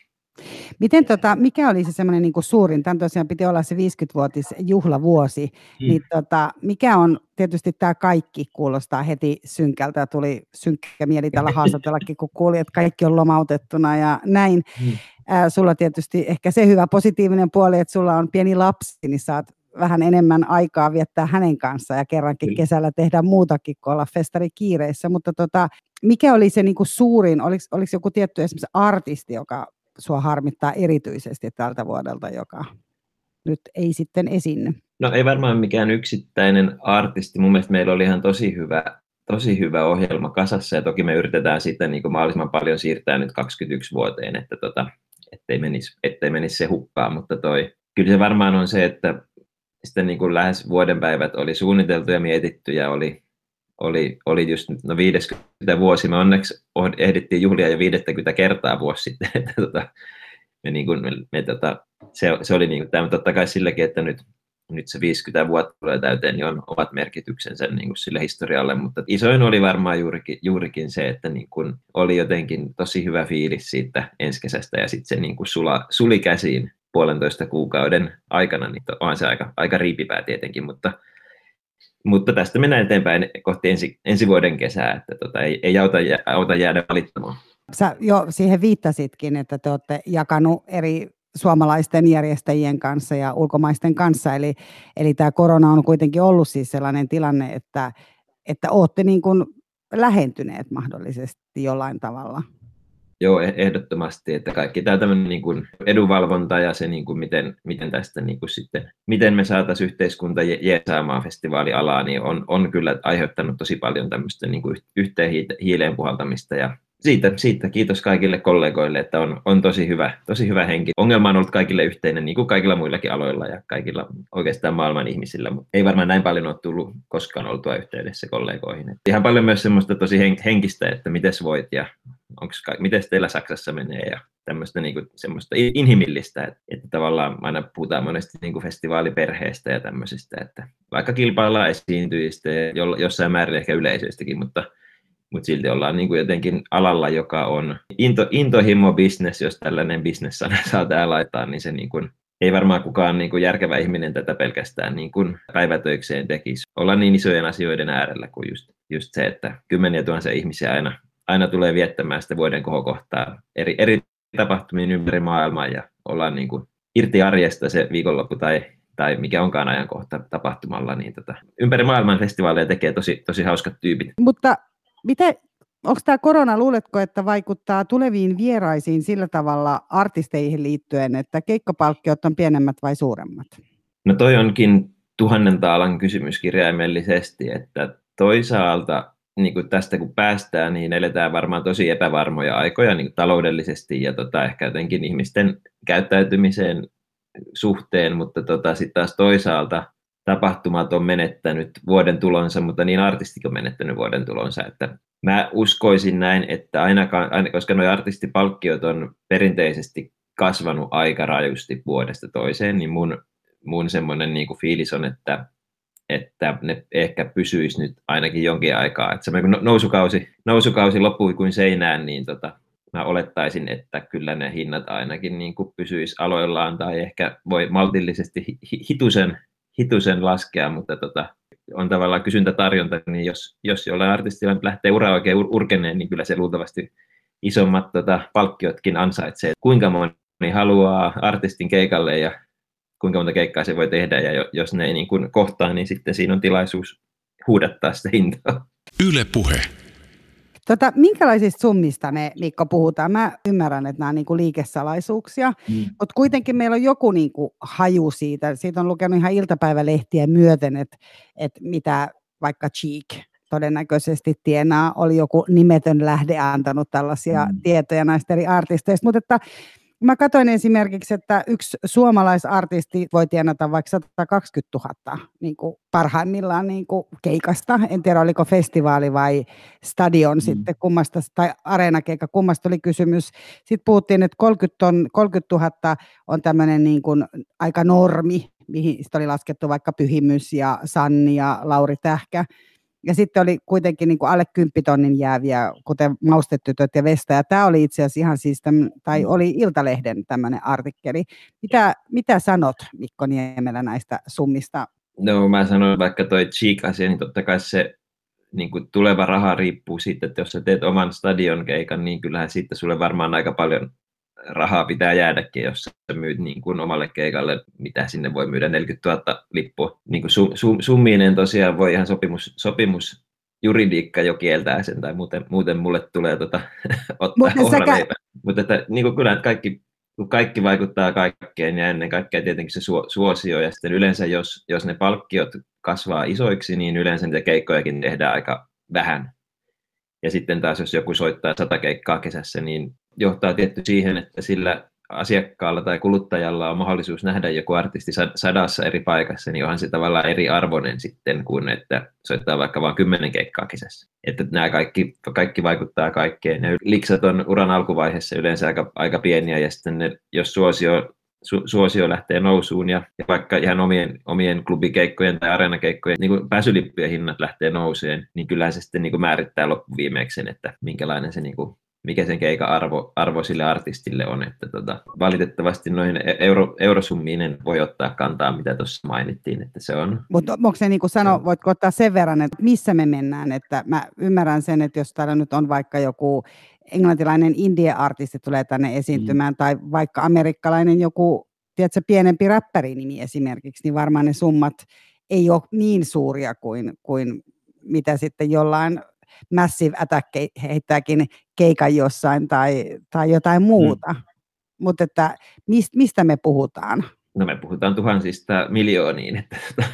Miten tota, mikä oli se semmoinen niin kuin suurin, tämän tosiaan piti olla se viisikymmenvuotis juhlavuosi, hmm. niin tota, mikä on, tietysti tämä kaikki kuulostaa heti synkältä, tuli synkkä mieli tällä haastatellakin, kun kuuli, että kaikki on lomautettuna ja näin. Hmm. Äh, sulla tietysti ehkä se hyvä positiivinen puoli, että sulla on pieni lapsi, niin saat vähän enemmän aikaa viettää hänen kanssaan ja kerrankin hmm. kesällä tehdä muutakin kuin olla festarikiireissä, mutta tota, mikä oli se niin kuin suurin, oliko, oliko joku tietty esimerkiksi artisti, joka sua harmittaa erityisesti tältä vuodelta, joka nyt ei sitten esiinny? No ei varmaan mikään yksittäinen artisti. Mun mielestä meillä oli ihan tosi hyvä, tosi hyvä ohjelma kasassa ja toki me yritetään sitä niin kuin mahdollisimman paljon siirtää nyt kaksikymmentäyksi vuoteen, että tota, ettei, menisi, ettei menisi se hukkaan, mutta toi, kyllä se varmaan on se, että sitten niin kuin lähes vuoden päivät oli suunniteltu ja mietitty ja oli Oli, oli just no viideskymmenes vuosi, me onneksi ehdittiin juhlia jo viisikymmentä kertaa vuosi sitten, että tota, me niin kuin, me, me, tota, se, se oli niin kuin tämä, totta kai silläkin, että nyt, nyt se viisikymmentä vuotta tulee täyteen, niin on omat merkityksensä niin kuin sille historialle, mutta isoin oli varmaan juurikin, juurikin se, että niin kuin oli jotenkin tosi hyvä fiilis siitä ensi kesästä ja sitten se niin kuin sula, suli käsiin puolentoista kuukauden aikana, niin on se aika, aika riipipää tietenkin, mutta Mutta tästä mennään eteenpäin kohti ensi, ensi vuoden kesää, että tota, ei, ei auta, auta jäädä valittamaan. Sä jo siihen viittasitkin, että te olette jakanut eri suomalaisten järjestäjien kanssa ja ulkomaisten kanssa, eli, eli tämä korona on kuitenkin ollut siis sellainen tilanne, että, että olette niin kuin lähentyneet mahdollisesti jollain tavalla. Joo, ehdottomasti, että kaikki tämä tämmöinen niin kuin edunvalvonta ja se, niin kuin miten, miten tästä niin kuin sitten, miten me saataisiin yhteiskunta jeesaamaan festivaalialaa, niin on, on kyllä aiheuttanut tosi paljon tämmöistä niin kuin yhteen hiileen puhaltamista ja siitä, siitä kiitos kaikille kollegoille, että on, on tosi hyvä, tosi hyvä henki. Ongelma on ollut kaikille yhteinen, niin kuin kaikilla muillakin aloilla ja kaikilla oikeastaan maailman ihmisillä, mutta ei varmaan näin paljon ole tullut koskaan oltua yhteydessä kollegoihin. Et ihan paljon myös semmoista tosi henkistä, että mites voit ja onks, miten teillä Saksassa menee ja tämmöistä niin kuin, semmoista inhimillistä, että, että tavallaan aina puhutaan monesti niin kuin festivaaliperheestä ja tämmöisistä, että vaikka kilpaillaan esiintyjistä ja jossain määrin ehkä yleisöistäkin, mutta mutta silti ollaan niin kuin jotenkin alalla, joka on into, intohimo business, jos tällainen business-sana saa täällä laittaa, niin se niin kuin ei varmaan kukaan niin kuin järkevä ihminen tätä pelkästään niin kuin päivätöikseen tekisi. Olla niin isojen asioiden äärellä kuin just, just se, että kymmeniä tuhansia ihmisiä aina, aina tulee viettämään sitä vuoden kohokohtaa eri, eri tapahtumiin ympäri maailmaa ja ollaan niin kuin irti arjesta se viikonloppu tai, tai mikä onkaan ajankohta tapahtumalla. Niin tota, ympäri maailman festivaaleja tekee tosi, tosi hauskat tyypit. Mutta miten, onko tämä korona, luuletko, että vaikuttaa tuleviin vieraisiin sillä tavalla artisteihin liittyen, että keikkapalkkiot on pienemmät vai suuremmat? No toi onkin tuhannen taalan kysymys kirjaimellisesti, että toisaalta niin kuin tästä kun päästään, niin eletään varmaan tosi epävarmoja aikoja niin kuin taloudellisesti ja tota, ehkä jotenkin ihmisten käyttäytymiseen suhteen, mutta tota, sitten taas toisaalta tapahtumat on menettänyt vuoden tulonsa, mutta niin artistit on menettänyt vuoden tulonsa, että mä uskoisin näin, että ainakaan, aina, koska nuo artistipalkkiot on perinteisesti kasvanut aika rajusti vuodesta toiseen, niin mun, mun semmoinen niin kuin fiilis on, että, että ne ehkä pysyisi nyt ainakin jonkin aikaa. Että semmoinen kun nousukausi, nousukausi loppui kuin seinään, niin tota, mä olettaisin, että kyllä ne hinnat ainakin niin kuin pysyisi aloillaan tai ehkä voi maltillisesti hitusen, hitusen laskea, mutta tota, on tavallaan kysyntätarjonta, niin jos, jos jollain artistilla lähtee ura oikein urkeneen, niin kyllä se luultavasti isommat tota, palkkiotkin ansaitsee. Kuinka moni haluaa artistin keikalle ja kuinka monta keikkaa se voi tehdä, ja jos ne ei niin kuin kohtaa, niin sitten siinä on tilaisuus huudattaa sitä hintaa. Yle Puhe. Tota, minkälaisista summista me, Mikko, puhutaan? Mä ymmärrän, että nämä on niinku liikesalaisuuksia, mm. mutta kuitenkin meillä on joku niinku haju siitä. Siitä on lukenut ihan iltapäivälehtiä myöten, että, että mitä vaikka Cheek todennäköisesti tienaa. Oli joku nimetön lähde antanut tällaisia mm. tietoja näistä eri artisteista, mutta että mä katsoin esimerkiksi, että yksi suomalaisartisti voi tienata vaikka sata kaksikymmentätuhatta niin kuin parhaimmillaan niin kuin keikasta. En tiedä, oliko festivaali vai stadion mm. sitten kummasta, tai areenakeikka, kummasta oli kysymys. Sitten puhuttiin, että kolmekymmentätuhatta on tämmöinen niin kuin aika normi, mihin oli laskettu vaikka Pyhimys ja Sanni ja Lauri Tähkä. Ja sitten oli kuitenkin niin kuin alle kymppitonnin jääviä, kuten Maustetytöt ja Vesta. Ja tämä oli itse asiassa ihan siis, tämän, tai oli Iltalehden tämmöinen artikkeli. Mitä, mitä sanot, Mikko Niemelä, näistä summista? No mä sanon vaikka toi Cheek-asia, niin totta kai se niin kuin tuleva raha riippuu siitä, että jos sä teet oman stadionkeikan, niin kyllähän siitä sulle varmaan aika paljon rahaa pitää jäädäkin, jos sä myyt niin kuin omalle keikalle, mitä sinne voi myydä, neljäkymmentätuhatta lippua. Niin kuin su, su, summinen tosiaan voi ihan sopimus, sopimus juridiikka jo kieltää sen, tai muuten, muuten mulle tulee tota, ottaa ohra leipä. Mutta että, niin kuin kyllä kaikki, kaikki vaikuttaa kaikkeen, ja ennen kaikkea tietenkin se su, suosio, ja sitten yleensä jos, jos ne palkkiot kasvaa isoiksi, niin yleensä niitä keikkojakin tehdään aika vähän. Ja sitten taas jos joku soittaa sata keikkaa kesässä, niin johtaa tietty siihen, että sillä asiakkaalla tai kuluttajalla on mahdollisuus nähdä joku artisti sadassa eri paikassa, niin onhan se tavallaan eri arvoinen sitten kuin, että soittaa vaikka vain kymmenen keikkaa kesässä. Että nämä kaikki, kaikki vaikuttaa kaikkeen. Ja liksat on uran alkuvaiheessa yleensä aika, aika pieniä, ja sitten ne, jos suosio, su, suosio lähtee nousuun ja, ja vaikka ihan omien, omien klubikeikkojen tai areenakeikkojen niin kuin pääsylippujen hinnat lähtee nouseen, niin kyllähän se sitten niin kuin määrittää loppuviimeeksen, että minkälainen se niin kuin mikä sen keikan arvo, arvo sille artistille on. Että tota, valitettavasti noihin euro, eurosummiin voi ottaa kantaa, mitä tuossa mainittiin, että se on. Mutta onko se niin kuin sano, voitko ottaa sen verran, että missä me mennään, että mä ymmärrän sen, että jos täällä nyt on vaikka joku englantilainen indie-artisti tulee tänne esiintymään, mm. tai vaikka amerikkalainen joku, tiedätkö, pienempi räppärinimi esimerkiksi, niin varmaan ne summat ei ole niin suuria kuin, kuin mitä sitten jollain Massive Attack heittääkin keikan jossain tai, tai jotain muuta. Mm. Mutta että mist, mistä me puhutaan? No me puhutaan tuhansista miljooniin, että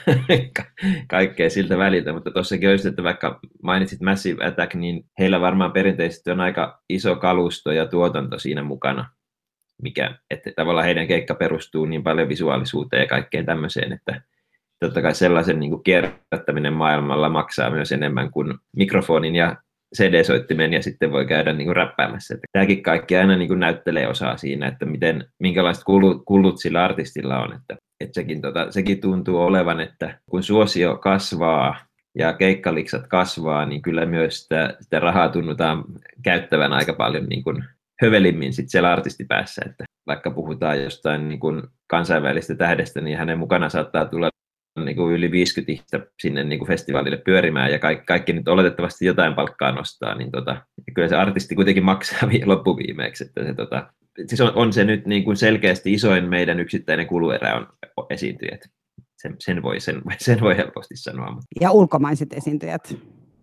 kaikkea siltä väliltä, mutta tuossakin olisi, että vaikka mainitsit Massive Attack, niin heillä varmaan perinteisesti on aika iso kalusto ja tuotanto siinä mukana, mikä, että tavallaan heidän keikka perustuu niin paljon visuaalisuuteen ja kaikkeen tämmöiseen, että totta kai sellaisen niin kuin kierrättäminen maailmalla maksaa myös enemmän kuin mikrofonin ja C D-soittimen, ja sitten voi käydä niin kuin räppäämässä. Että tämäkin kaikki aina niin kuin näyttelee osaa siinä, että miten, minkälaiset kulut, kulut sillä artistilla on. Että, että sekin, tota, sekin tuntuu olevan, että kun suosio kasvaa ja keikkaliksat kasvaa, niin kyllä myös sitä, sitä rahaa tunnutaan käyttävän aika paljon niin kuin hövelimmin sit siellä artistipäässä. Että vaikka puhutaan jostain niin kuin kansainvälistä tähdestä, niin hänen mukana saattaa tulla niin kuin yli viisikymmentä ihmistä sinne niin kuin festivaalille pyörimään, ja kaikki, kaikki nyt oletettavasti jotain palkkaa nostaa, niin tota, kyllä se artisti kuitenkin maksaa loppuviimeeksi. Että se, tota, siis on, on se nyt niin kuin selkeästi isoin meidän yksittäinen kuluerä on esiintyjät. Sen, sen, voi, sen, sen voi helposti sanoa. Ja ulkomaiset esiintyjät.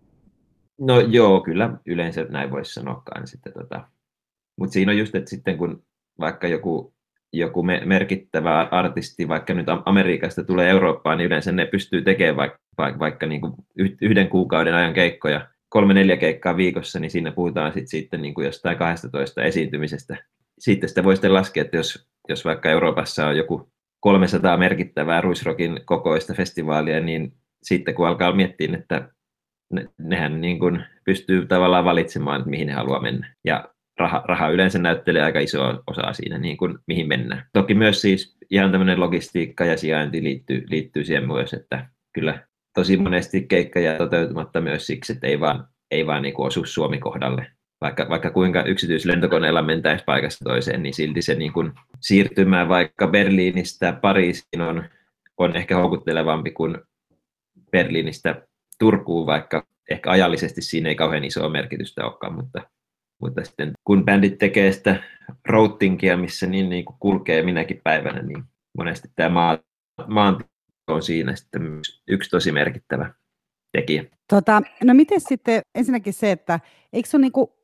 No joo, kyllä yleensä näin voisi sanoakaan. Sitten, tota. Mutta siinä on just, että sitten kun vaikka joku, joku merkittävä artisti, vaikka nyt Amerikasta tulee Eurooppaan, niin yleensä ne pystyy tekemään vaikka, vaikka, vaikka niin kuin yhden kuukauden ajan keikkoja, kolme neljä keikkaa viikossa, niin siinä puhutaan sitten, sitten niin kuin jostain kaksitoista esiintymisestä. Sitten sitä voi sitten laskea, että jos, jos vaikka Euroopassa on joku kolmesataa merkittävää ruisrokin kokoista festivaalia, niin sitten kun alkaa miettiä, että ne, nehän niin kuin pystyy tavallaan valitsemaan, että mihin ne haluaa mennä. Ja raha, raha yleensä näyttelee aika isoa osaa siinä, niin kuin, mihin mennään. Toki myös siis ihan tämmöinen logistiikka ja sijainti liittyy, liittyy siihen myös, että kyllä tosi monesti keikka jää toteutumatta myös siksi, että ei vaan, ei vaan niin kuin osu Suomi kohdalle. Vaikka, vaikka kuinka yksityislentokoneella mentäisiin paikasta toiseen, niin silti se niin kuin siirtymä vaikka Berliinistä Pariisiin on, on ehkä houkuttelevampi kuin Berliinistä Turkuun, vaikka ehkä ajallisesti siinä ei kauhean isoa merkitystä olekaan, mutta, mutta sitten kun bändit tekee sitä routingia, missä niin, niin kuin kulkee minäkin päivänä, niin monesti tämä maa, maantie on siinä sitten yksi tosi merkittävä tekijä. Tota, no miten sitten ensinnäkin se, että eikö sun niinku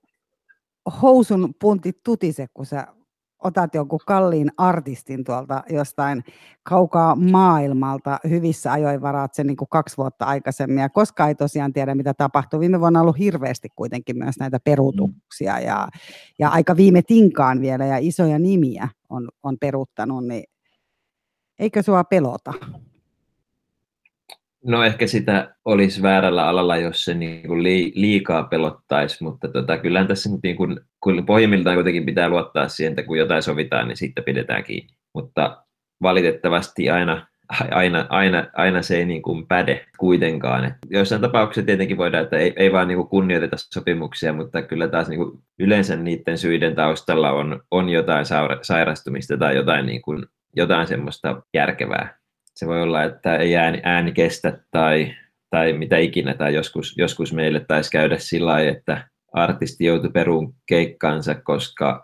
housun puntit tutise, kun sä otat jonkun kalliin artistin tuolta jostain kaukaa maailmalta, hyvissä ajoin varaat sen niin kuin kaksi vuotta aikaisemmin, ja koskaan ei tosiaan tiedä, mitä tapahtuu. Viime vuonna on ollut hirveästi kuitenkin myös näitä peruutuksia, ja, ja aika viime tinkaan vielä, ja isoja nimiä on, on peruuttanut, niin eikö sua pelota? No ehkä sitä olisi väärällä alalla, jos se niin kuin liikaa pelottaisi, mutta tota, kyllähän tässä niin kuin, kun pohjimmiltaan kuitenkin pitää luottaa siihen, että kun jotain sovitaan, niin siitä pidetään kiinni. Mutta valitettavasti aina, aina, aina, aina se ei niin kuin päde kuitenkaan. Et joissain tapauksissa tietenkin voidaan, että ei, ei vaan niin kuin kunnioiteta sopimuksia, mutta kyllä taas niin kuin yleensä niiden syiden taustalla on, on jotain sairastumista tai jotain, niin kuin, jotain semmoista järkevää. Se voi olla, että ei ääni, ääni kestä tai, tai mitä ikinä, tai joskus, joskus meille taisi käydä sillä lailla, että artisti joutui peruun keikkansa, koska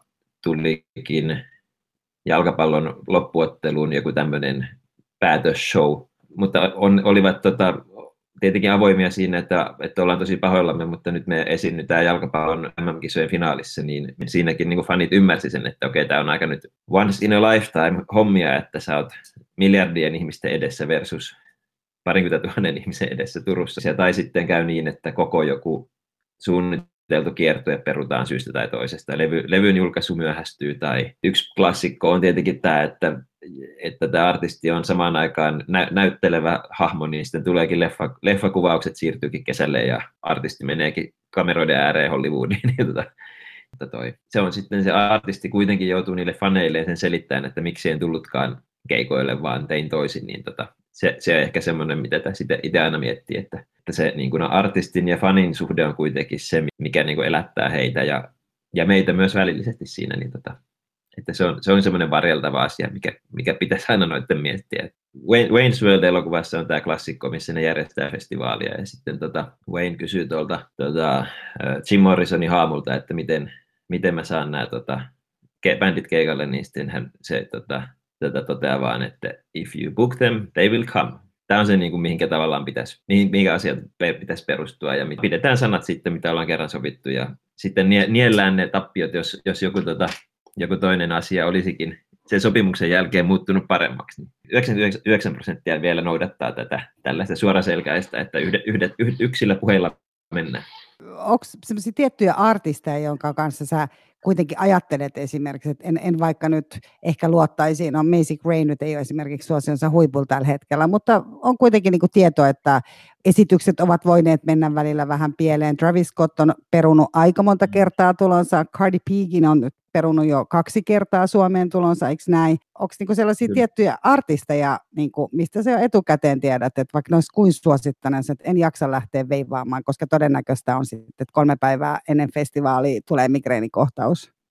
tulikin jalkapallon loppuotteluun joku tämmöinen päätösshow. Mutta on, olivat tota, tietenkin avoimia siinä, että, että ollaan tosi pahoillamme, mutta nyt me esiinnytään jalkapallon M M-kisojen finaalissa, niin siinäkin niin kuin fanit ymmärsi sen, että okei, tämä on aika nyt once in a lifetime hommia, että sä oot miljardien ihmisten edessä versus parinkymmentä tuhannen ihmisen edessä Turussa. Tai sitten käy niin, että koko joku suunniteltu kiertue perutaan syystä tai toisesta. Levy, levyn julkaisu myöhästyy, tai yksi klassikko on tietenkin tämä, että, että tämä artisti on samaan aikaan nä- näyttelevä hahmo, niin sitten tuleekin leffa, leffakuvaukset siirtyykin kesälle ja artisti meneekin kameroiden ääreen Hollywoodiin. Niin tota, toi. Se on sitten se artisti kuitenkin joutuu niille faneille sen selittämään, että miksi en tullutkaan keikoille, vaan tein toisin, niin tota, se, se on ehkä semmoinen, mitä tässä itse aina miettii, että, että se niin kuin artistin ja fanin suhde on kuitenkin se, mikä niin kuin elättää heitä ja, ja meitä myös välillisesti siinä, niin tota, että se on, se on semmoinen varjeltava asia, mikä, mikä pitäisi aina noiden miettiä. Wayne, Wayne's World-elokuvassa on tämä klassikko, missä ne järjestää festivaalia, ja sitten tota, Wayne kysyy tuolta tota, Jim Morrisonin haamulta, että miten, miten mä saan nämä tota, bändit keikalle, niin sitten hän se tota, tätä toteaa vaan, että if you book them, they will come. Tämä on se, niin kuin, mihinkä tavallaan pitäisi, mihin, mihinkä asiat pitäisi perustua, ja pidetään sanat sitten, mitä ollaan kerran sovittu, ja sitten niellään ne tappiot, jos, jos joku, tota, joku toinen asia olisikin sen sopimuksen jälkeen muuttunut paremmaksi. yhdeksänkymmentäyhdeksän prosenttia vielä noudattaa tätä tällaista suoraselkäistä, että yhdet, yhdet, yksillä puheilla mennään. Onko sellaisia tiettyjä artisteja, jonka kanssa sä kuitenkin ajattelet esimerkiksi, että en, en vaikka nyt ehkä luottaisi, no Macy Gray nyt ei ole esimerkiksi suosionsa huipulla tällä hetkellä, mutta on kuitenkin niin kuin tieto, että esitykset ovat voineet mennä välillä vähän pieleen. Travis Scott on perunut aika monta kertaa tulonsa, Cardi B:kin on nyt perunut jo kaksi kertaa Suomeen tulonsa, eikö näin? Onko niinku sellaisia Kyllä. tiettyjä artisteja, niinku, mistä se jo etukäteen tiedät, että vaikka ne olisi kuin suosittaneet, että en jaksa lähteä veivaamaan, koska todennäköistä on sitten, että kolme päivää ennen festivaalia tulee migreenikohtaus?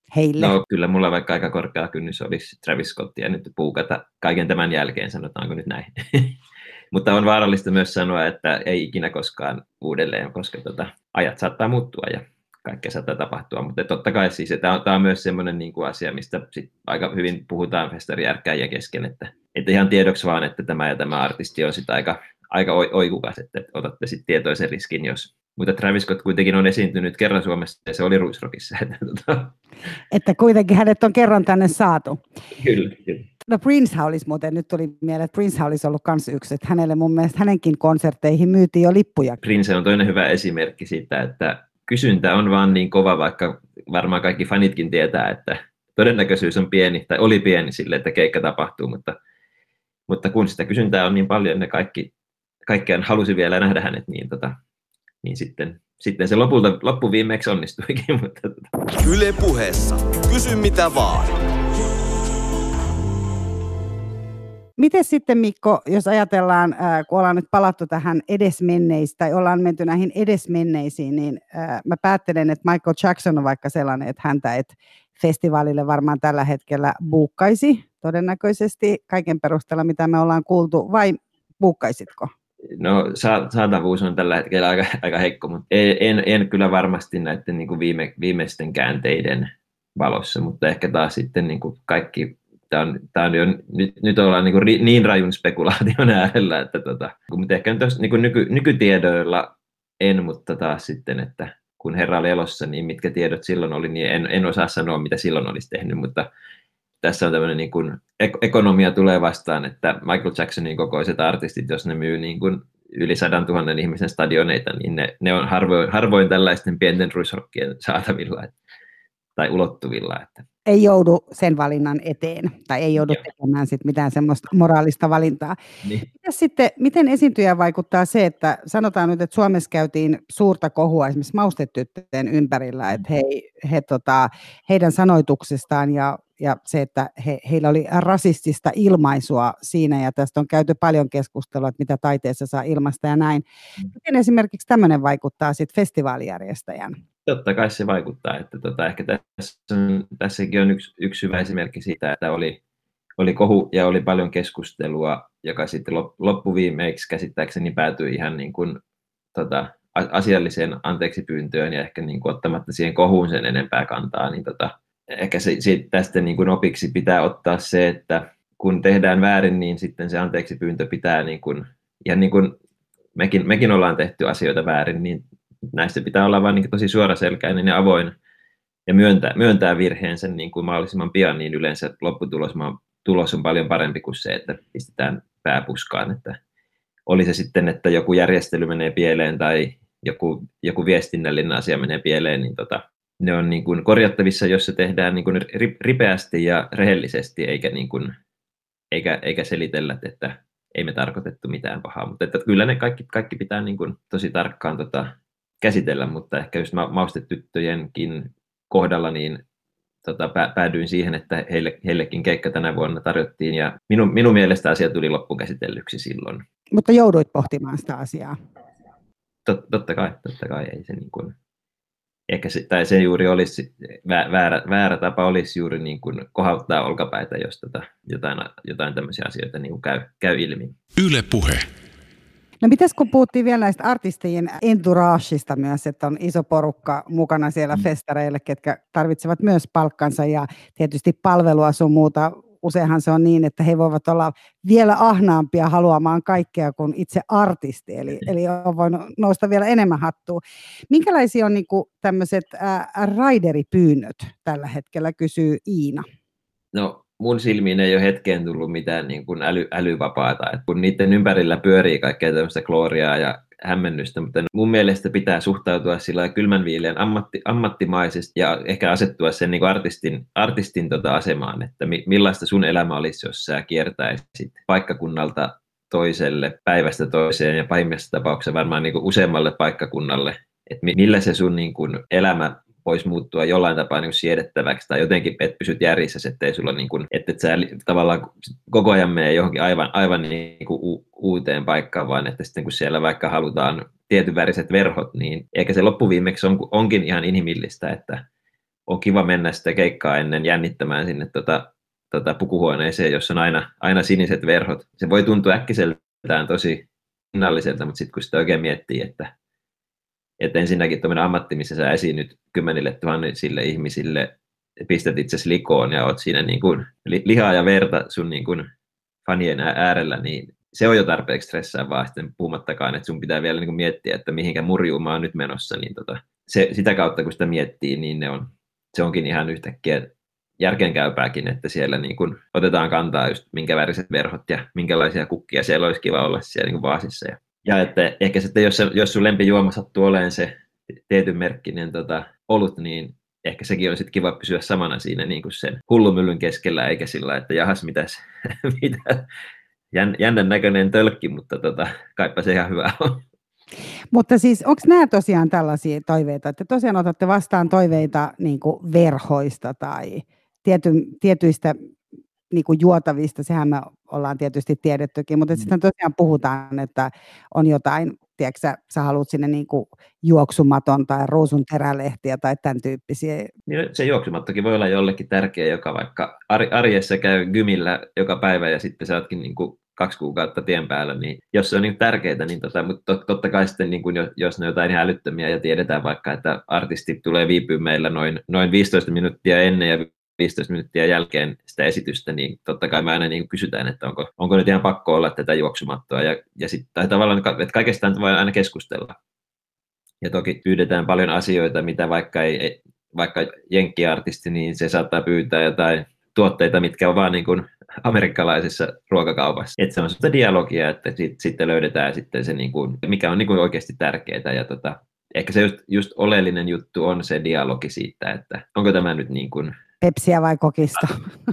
heille? No kyllä mulla vaikka aika korkea kynnys olisi Travis Scottia nyt puukata kaiken tämän jälkeen, sanotaanko nyt näin. Mutta on vaarallista myös sanoa, että ei ikinä koskaan uudelleen, koska tota, ajat saattaa muuttua ja kaikkea saattaa tapahtua. Mutta totta kai siis, tämä on, on myös semmoinen niin kuin asia, mistä sit aika hyvin puhutaan festarijärkkäjien kesken, että, että ihan tiedoksi vaan, että tämä ja tämä artisti on sit aika, aika oikukas, että otatte sitten tietoisen riskin, jos... Mutta Travis Scott kuitenkin on esiintynyt kerran Suomessa ja se oli Ruisrockissa. Että, tota... että kuitenkin hänet on kerran tänne saatu. Kyllä, kyllä. No Prince olisi muuten, nyt tuli mieleen, että Prince olisi ollut myös yksi, että hänelle mun mielestä hänenkin konsertteihin myytiin jo lippuja. Prince on toinen hyvä esimerkki siitä, että kysyntä on vaan niin kova, vaikka varmaan kaikki fanitkin tietää, että todennäköisyys on pieni, tai oli pieni sille, että keikka tapahtuu, mutta, mutta kun sitä kysyntää on niin paljon, ne kaikki, kaikkiaan halusi vielä nähdä hänet, niin, tota, niin sitten, sitten se lopulta, loppuviimeksi onnistuikin. Mutta, tota. Yle Puheessa. Kysy mitä vaan. Miten sitten, Mikko, jos ajatellaan, kun ollaan nyt palattu tähän edesmenneisiin, tai ollaan menty näihin edesmenneisiin, niin mä päättelen, että Michael Jackson on vaikka sellainen, että häntä et festivaalille varmaan tällä hetkellä buukkaisi todennäköisesti kaiken perusteella, mitä me ollaan kuultu, vai buukkaisitko? No saatavuus on tällä hetkellä aika, aika heikko, mutta en, en kyllä varmasti näiden niin kuin viime, viimeisten käänteiden valossa, mutta ehkä taas sitten niin kuin kaikki... Tämä on, tämä on jo, nyt, nyt ollaan niin, kuin niin rajun spekulaation äärellä, että tota, mutta ehkä nyt niin nyky, nykytiedoilla en, mutta taas sitten, että kun herra oli elossa, niin mitkä tiedot silloin oli, niin en, en osaa sanoa, mitä silloin olisi tehnyt, mutta tässä on tämmöinen niin kuin ekonomia tulee vastaan, että Michael Jacksonin kokoiset artistit, jos ne myy niin kuin yli sadan tuhannen ihmisen stadioneita, niin ne, ne on harvoin, harvoin tällaisten pienten ruisrokkien saatavilla tai ulottuvilla, että ei joudu sen valinnan eteen, tai ei joudu Joo. tekemään sit mitään semmoista moraalista valintaa. Niin. Sitten, miten esiintyjä vaikuttaa se, että sanotaan nyt, että Suomessa käytiin suurta kohua esimerkiksi maustetyttöjen ympärillä, että he, he, tota, heidän sanoituksestaan ja, ja se, että he, heillä oli rasistista ilmaisua siinä, ja tästä on käyty paljon keskustelua, että mitä taiteessa saa ilmaista ja näin. Miten esimerkiksi tämmöinen vaikuttaa sitten festivaalijärjestäjän? Totta kai se vaikuttaa, että tota, ehkä tässä on, tässäkin on yksi, yksi hyvä esimerkki siitä, että oli, oli kohu ja oli paljon keskustelua, joka sitten loppuviimeiksi käsittääkseni päätyi ihan niin kuin, tota, asialliseen anteeksipyyntöön ja ehkä niin kuin, ottamatta siihen kohuun sen enempää kantaa, niin tota, ehkä se, se, tästä niin kuin opiksi pitää ottaa se, että kun tehdään väärin, niin sitten se anteeksipyyntö pitää, niin kuin, ja niin kuin mekin, mekin ollaan tehty asioita väärin, niin näistä pitää olla vain niin tosi suoraselkäinen ja avoin ja myöntää, myöntää virheensä niin kuin mahdollisimman pian, niin yleensä lopputulos tulos on paljon parempi kuin se, että pistetään pääpuskaan. Että oli se sitten, että joku järjestely menee pieleen tai joku, joku viestinnällinen asia menee pieleen, niin tota, ne on niin kuin korjattavissa, jos se tehdään niin kuin ripeästi ja rehellisesti, eikä, niin kuin, eikä, eikä selitellä, että ei me tarkoitettu mitään pahaa. Mutta että kyllä ne kaikki, kaikki pitää niin kuin tosi tarkkaan tota, käsitellä, mutta ehkä just maustetyttöjenkin kohdalla niin tota, päädyin siihen, että heille, heillekin keikka tänä vuonna tarjottiin, ja minun, minun mielestä asia tuli loppukäsitellyksi silloin. Mutta jouduit pohtimaan sitä asiaa. Tot, totta kai, totta kai ei se niin kuin, ehkä se, tai se juuri olisi, väärä, väärä tapa olisi juuri niin kuin kohauttaa olkapäitä, jos tota, jotain, jotain tämmöisiä asioita niin kuin käy, käy ilmi. Yle Puhe. No mitäs kun puhuttiin vielä näistä artistien entourageista myös, että on iso porukka mukana siellä festareilla, ketkä tarvitsevat myös palkkansa ja tietysti palvelua sun muuta. Useinhan se on niin, että he voivat olla vielä ahnaampia haluamaan kaikkea kuin itse artisti, eli, eli on voinut nousta vielä enemmän hattua. Minkälaisia on niin kuin tämmöiset ää, raideripyynnöt tällä hetkellä, kysyy Iina. No mun silmiin ei ole hetkeen tullut mitään niin kuin äly, älyvapaata, että kun niiden ympärillä pyörii kaikkea tämmöistä klooriaa ja hämmennystä, mutta mun mielestä pitää suhtautua sillä kylmänviileän ammatti, ammattimaisesti ja ehkä asettua sen niin kuin artistin, artistin tota asemaan, että mi, millaista sun elämä olisi, jos sä kiertäisit paikkakunnalta toiselle, päivästä toiseen ja pahimmassa tapauksessa varmaan niin kuin useammalle paikkakunnalle, että millä se sun niin kuin elämä voisi muuttua jollain tapaa niin kuin siedettäväksi tai jotenkin, että pysyt järjissä, ettei sulla niin kuin, että et sä tavallaan koko ajan mene johonkin aivan, aivan niin kuin u- uuteen paikkaan, vaan että sitten kun siellä vaikka halutaan tietyn väriset verhot, niin ehkä se loppuviimeksi on, onkin ihan inhimillistä, että on kiva mennä sitä keikkaa ennen jännittämään sinne tota, tota pukuhuoneeseen, jossa on aina, aina siniset verhot. Se voi tuntua äkkiseltään tosi hinnalliselta, mutta sitten kun sitä oikein miettii, että, että ensinnäkin tuommoinen ammatti, missä sä esiinnyt kymmenille tuhansille ihmisille, pistät itsesi likoon ja oot siinä niin kuin lihaa ja verta sun niin kuin fanien äärellä, niin se on jo tarpeeksi stressaavaa, sitten puhumattakaan, että sun pitää vielä niin kuin miettiä, että mihinkä murjuun mä oon nyt menossa, niin tota, se, sitä kautta kun sitä miettii, niin ne on, se onkin ihan yhtäkkiä järkeenkäypääkin, että siellä niin kuin otetaan kantaa just minkä väriset verhot ja minkälaisia kukkia siellä olisi kiva olla siellä niin kuin vaasissa. Ja, ja että ehkä sitten, jos, se, jos sun lempijuoma sattuu olemaan se tietyn merkkinen tota, olut, niin ehkä sekin on sitten kiva pysyä samana siinä niin kuin sen hullumyllyn keskellä, eikä sillä, että jahas, mitäs, mitä jännän näköinen tölkki, mutta tota, kaipa se ihan hyvä on. Mutta siis onko nämä tosiaan tällaisia toiveita, että tosiaan otatte vastaan toiveita niin kuin verhoista tai tiety, tietyistä niin kuin juotavista, sehän me ollaan tietysti tiedettykin, mutta sitten tosiaan puhutaan, että on jotain, tiedätkö sä, sä haluat sinne niin kuin juoksumaton tai ruusun terälehtiä tai tämän tyyppisiä. Niin se juoksumattokin voi olla jollekin tärkeä, joka vaikka arjessa käy gymillä joka päivä ja sitten sä ootkin niin kuin kaksi kuukautta tien päällä, niin jos se on niin tärkeää, niin tota, mutta totta kai sitten, niin kuin jos ne on jotain ihan älyttömiä ja tiedetään vaikka, että artisti tulee viipyä meillä noin, noin viisitoista minuuttia ennen ja viisitoista minuuttia jälkeen sitä esitystä, niin totta kai me aina niin kysytään, että onko, onko nyt ihan pakko olla tätä juoksumattoa, ja, ja sitten tavallaan, että kaikestaan voi aina keskustella. Ja toki pyydetään paljon asioita, mitä vaikka, ei, vaikka jenkkiartisti, niin se saattaa pyytää jotain tuotteita, mitkä on vaan niin kuin amerikkalaisessa ruokakaupassa. Että se on sellaista dialogia, että sit, sitten löydetään sitten se, niin kuin, mikä on niin kuin oikeasti tärkeää. Ja tota, ehkä se just, just oleellinen juttu on se dialogi siitä, että onko tämä nyt niin kuin Pepsiä vai kokista?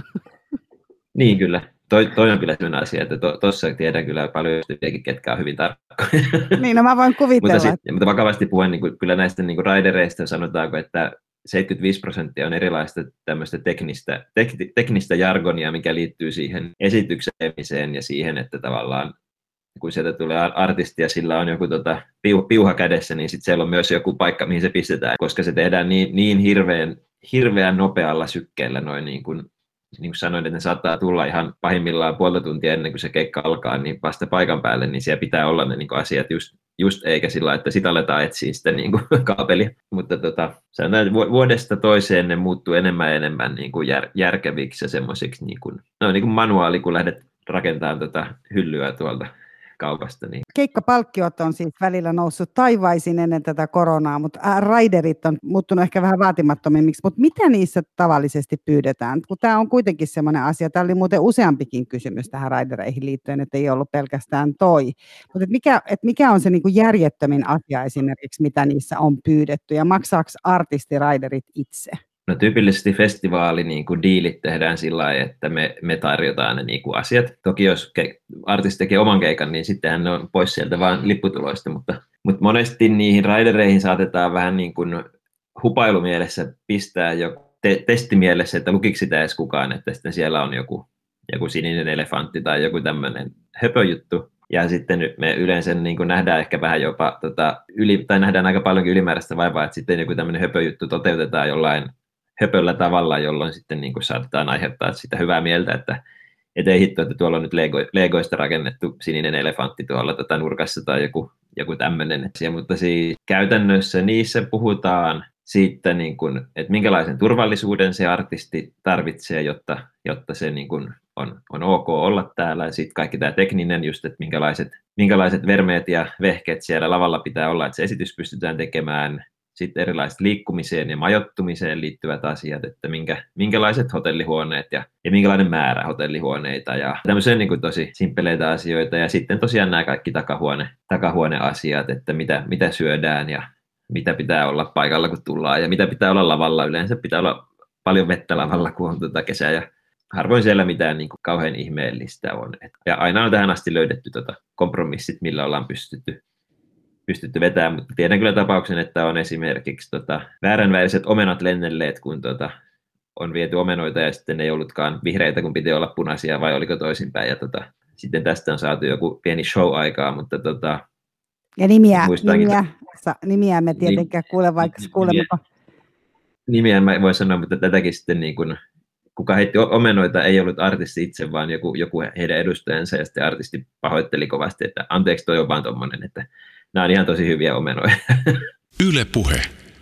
Niin kyllä. Toi, toi on kyllä sellainen asia, että tuossa to, tiedän kyllä paljon ystäviäkin, ketkä on hyvin tarkkoja. Niin, no mä voin kuvitella. mutta, sit, mutta vakavasti puhuen, niin kuin, kyllä näistä niin kuin raidereista sanotaanko, että seitsemänkymmentäviisi prosenttia on erilaista tämmöistä teknistä, tek, teknistä jargonia, mikä liittyy siihen esityksemiseen ja siihen, että tavallaan kun sieltä tulee artisti ja sillä on joku tota, piuha kädessä, niin sitten siellä on myös joku paikka, mihin se pistetään, koska se tehdään niin, niin hirveän, hirveän nopealla sykkeellä noin niin kuin, niin kuin sanoin, että ne saattaa tulla ihan pahimmillaan puolta tuntia ennen kuin se keikka alkaa, niin vasta paikan päälle, niin siellä pitää olla ne niin kuin asiat just, just eikä sillä, että sitä aletaan etsiä sitä niin kuin kaapelia. Mutta tota, sanotaan, että vuodesta toiseen ne muuttuu enemmän ja enemmän niin kuin jär, järkeviksi ja semmoisiksi, niin kuin, no niin kuin manuaali, kun lähdet rakentamaan tota hyllyä tuolta kaupasta. Niin. Keikkapalkkiot on siis välillä noussut taivaisin ennen tätä koronaa, mutta äh, raiderit on muuttunut ehkä vähän vaatimattomimmiksi, mutta mitä niissä tavallisesti pyydetään? Kun tämä on kuitenkin semmoinen asia, tämä oli muuten useampikin kysymys tähän raidereihin liittyen, että ei ollut pelkästään toi, mutta et mikä, et mikä on se niinku järjettömin asia esimerkiksi, mitä niissä on pyydetty ja maksaako artisti raiderit itse? No tyypillisesti festivaali niin kuin diilit tehdään sillä lailla, että me, me tarjotaan ne niin kuin asiat. Toki jos ke- artisti tekee oman keikan, niin sittenhän ne on pois sieltä vaan lipputuloista, mutta, mutta monesti niihin raidereihin saatetaan vähän niin kuin hupailumielessä pistää jo te- testimielessä, että lukiko sitä edes kukaan, että sitten siellä on joku, joku sininen elefantti tai joku tämmöinen höpöjuttu. Ja sitten me yleensä niin kuin nähdään ehkä vähän jopa, tota, yli, tai nähdään aika paljonkin ylimääräistä vaivaa, että sitten joku tämmöinen höpöjuttu toteutetaan jollain höpöllä tavalla, jolloin sitten niin kuin saatetaan aiheuttaa sitä hyvää mieltä, että et ei hitto, että tuolla on nyt Lego, Legoista rakennettu sininen elefantti tuolla tota nurkassa tai joku, joku tämmöinen asia, mutta siis käytännössä niissä puhutaan siitä, niin kuin, että minkälaisen turvallisuuden se artisti tarvitsee, jotta, jotta se niin kuin on, on ok olla täällä, ja sitten kaikki tämä tekninen just, että minkälaiset, minkälaiset vermeet ja vehkeet siellä lavalla pitää olla, että se esitys pystytään tekemään. Sitten erilaiset liikkumiseen ja majoittumiseen liittyvät asiat, että minkä, minkälaiset hotellihuoneet ja, ja minkälainen määrä hotellihuoneita ja tämmöisiä niin kuin tosi simppeleitä asioita. Ja sitten tosiaan nämä kaikki takahuone, takahuoneasiat, että mitä, mitä syödään ja mitä pitää olla paikalla, kun tullaan ja mitä pitää olla lavalla. Yleensä pitää olla paljon vettä lavalla, kun on tuota kesää ja harvoin siellä mitään niin kuin kauhean ihmeellistä on. Ja aina on tähän asti löydetty tuota kompromissit, millä ollaan pystytty. pystytty vetämään, mutta tiedän kyllä tapauksen, että on esimerkiksi tota, vääränväriset omenat lennelleet, kun tota, on viety omenoita ja sitten ei ollutkaan vihreitä, kun piti olla punaisia, vai oliko toisinpäin. Ja tota, sitten tästä on saatu joku pieni show-aikaa, mutta tota, ja nimiä, nimiä, nimiä me tietenkään kuule, vaikka kuulemme. nimiä mä voin sanoa, mutta tätäkin sitten niin kuin, kuka heitti omenoita, ei ollut artisti itse, vaan joku, joku heidän edustajansa, ja sitten artisti pahoitteli kovasti, että anteeksi, toi on vaan tommonen, että nämä on ihan tosi hyviä omenoja. Yle Puhe.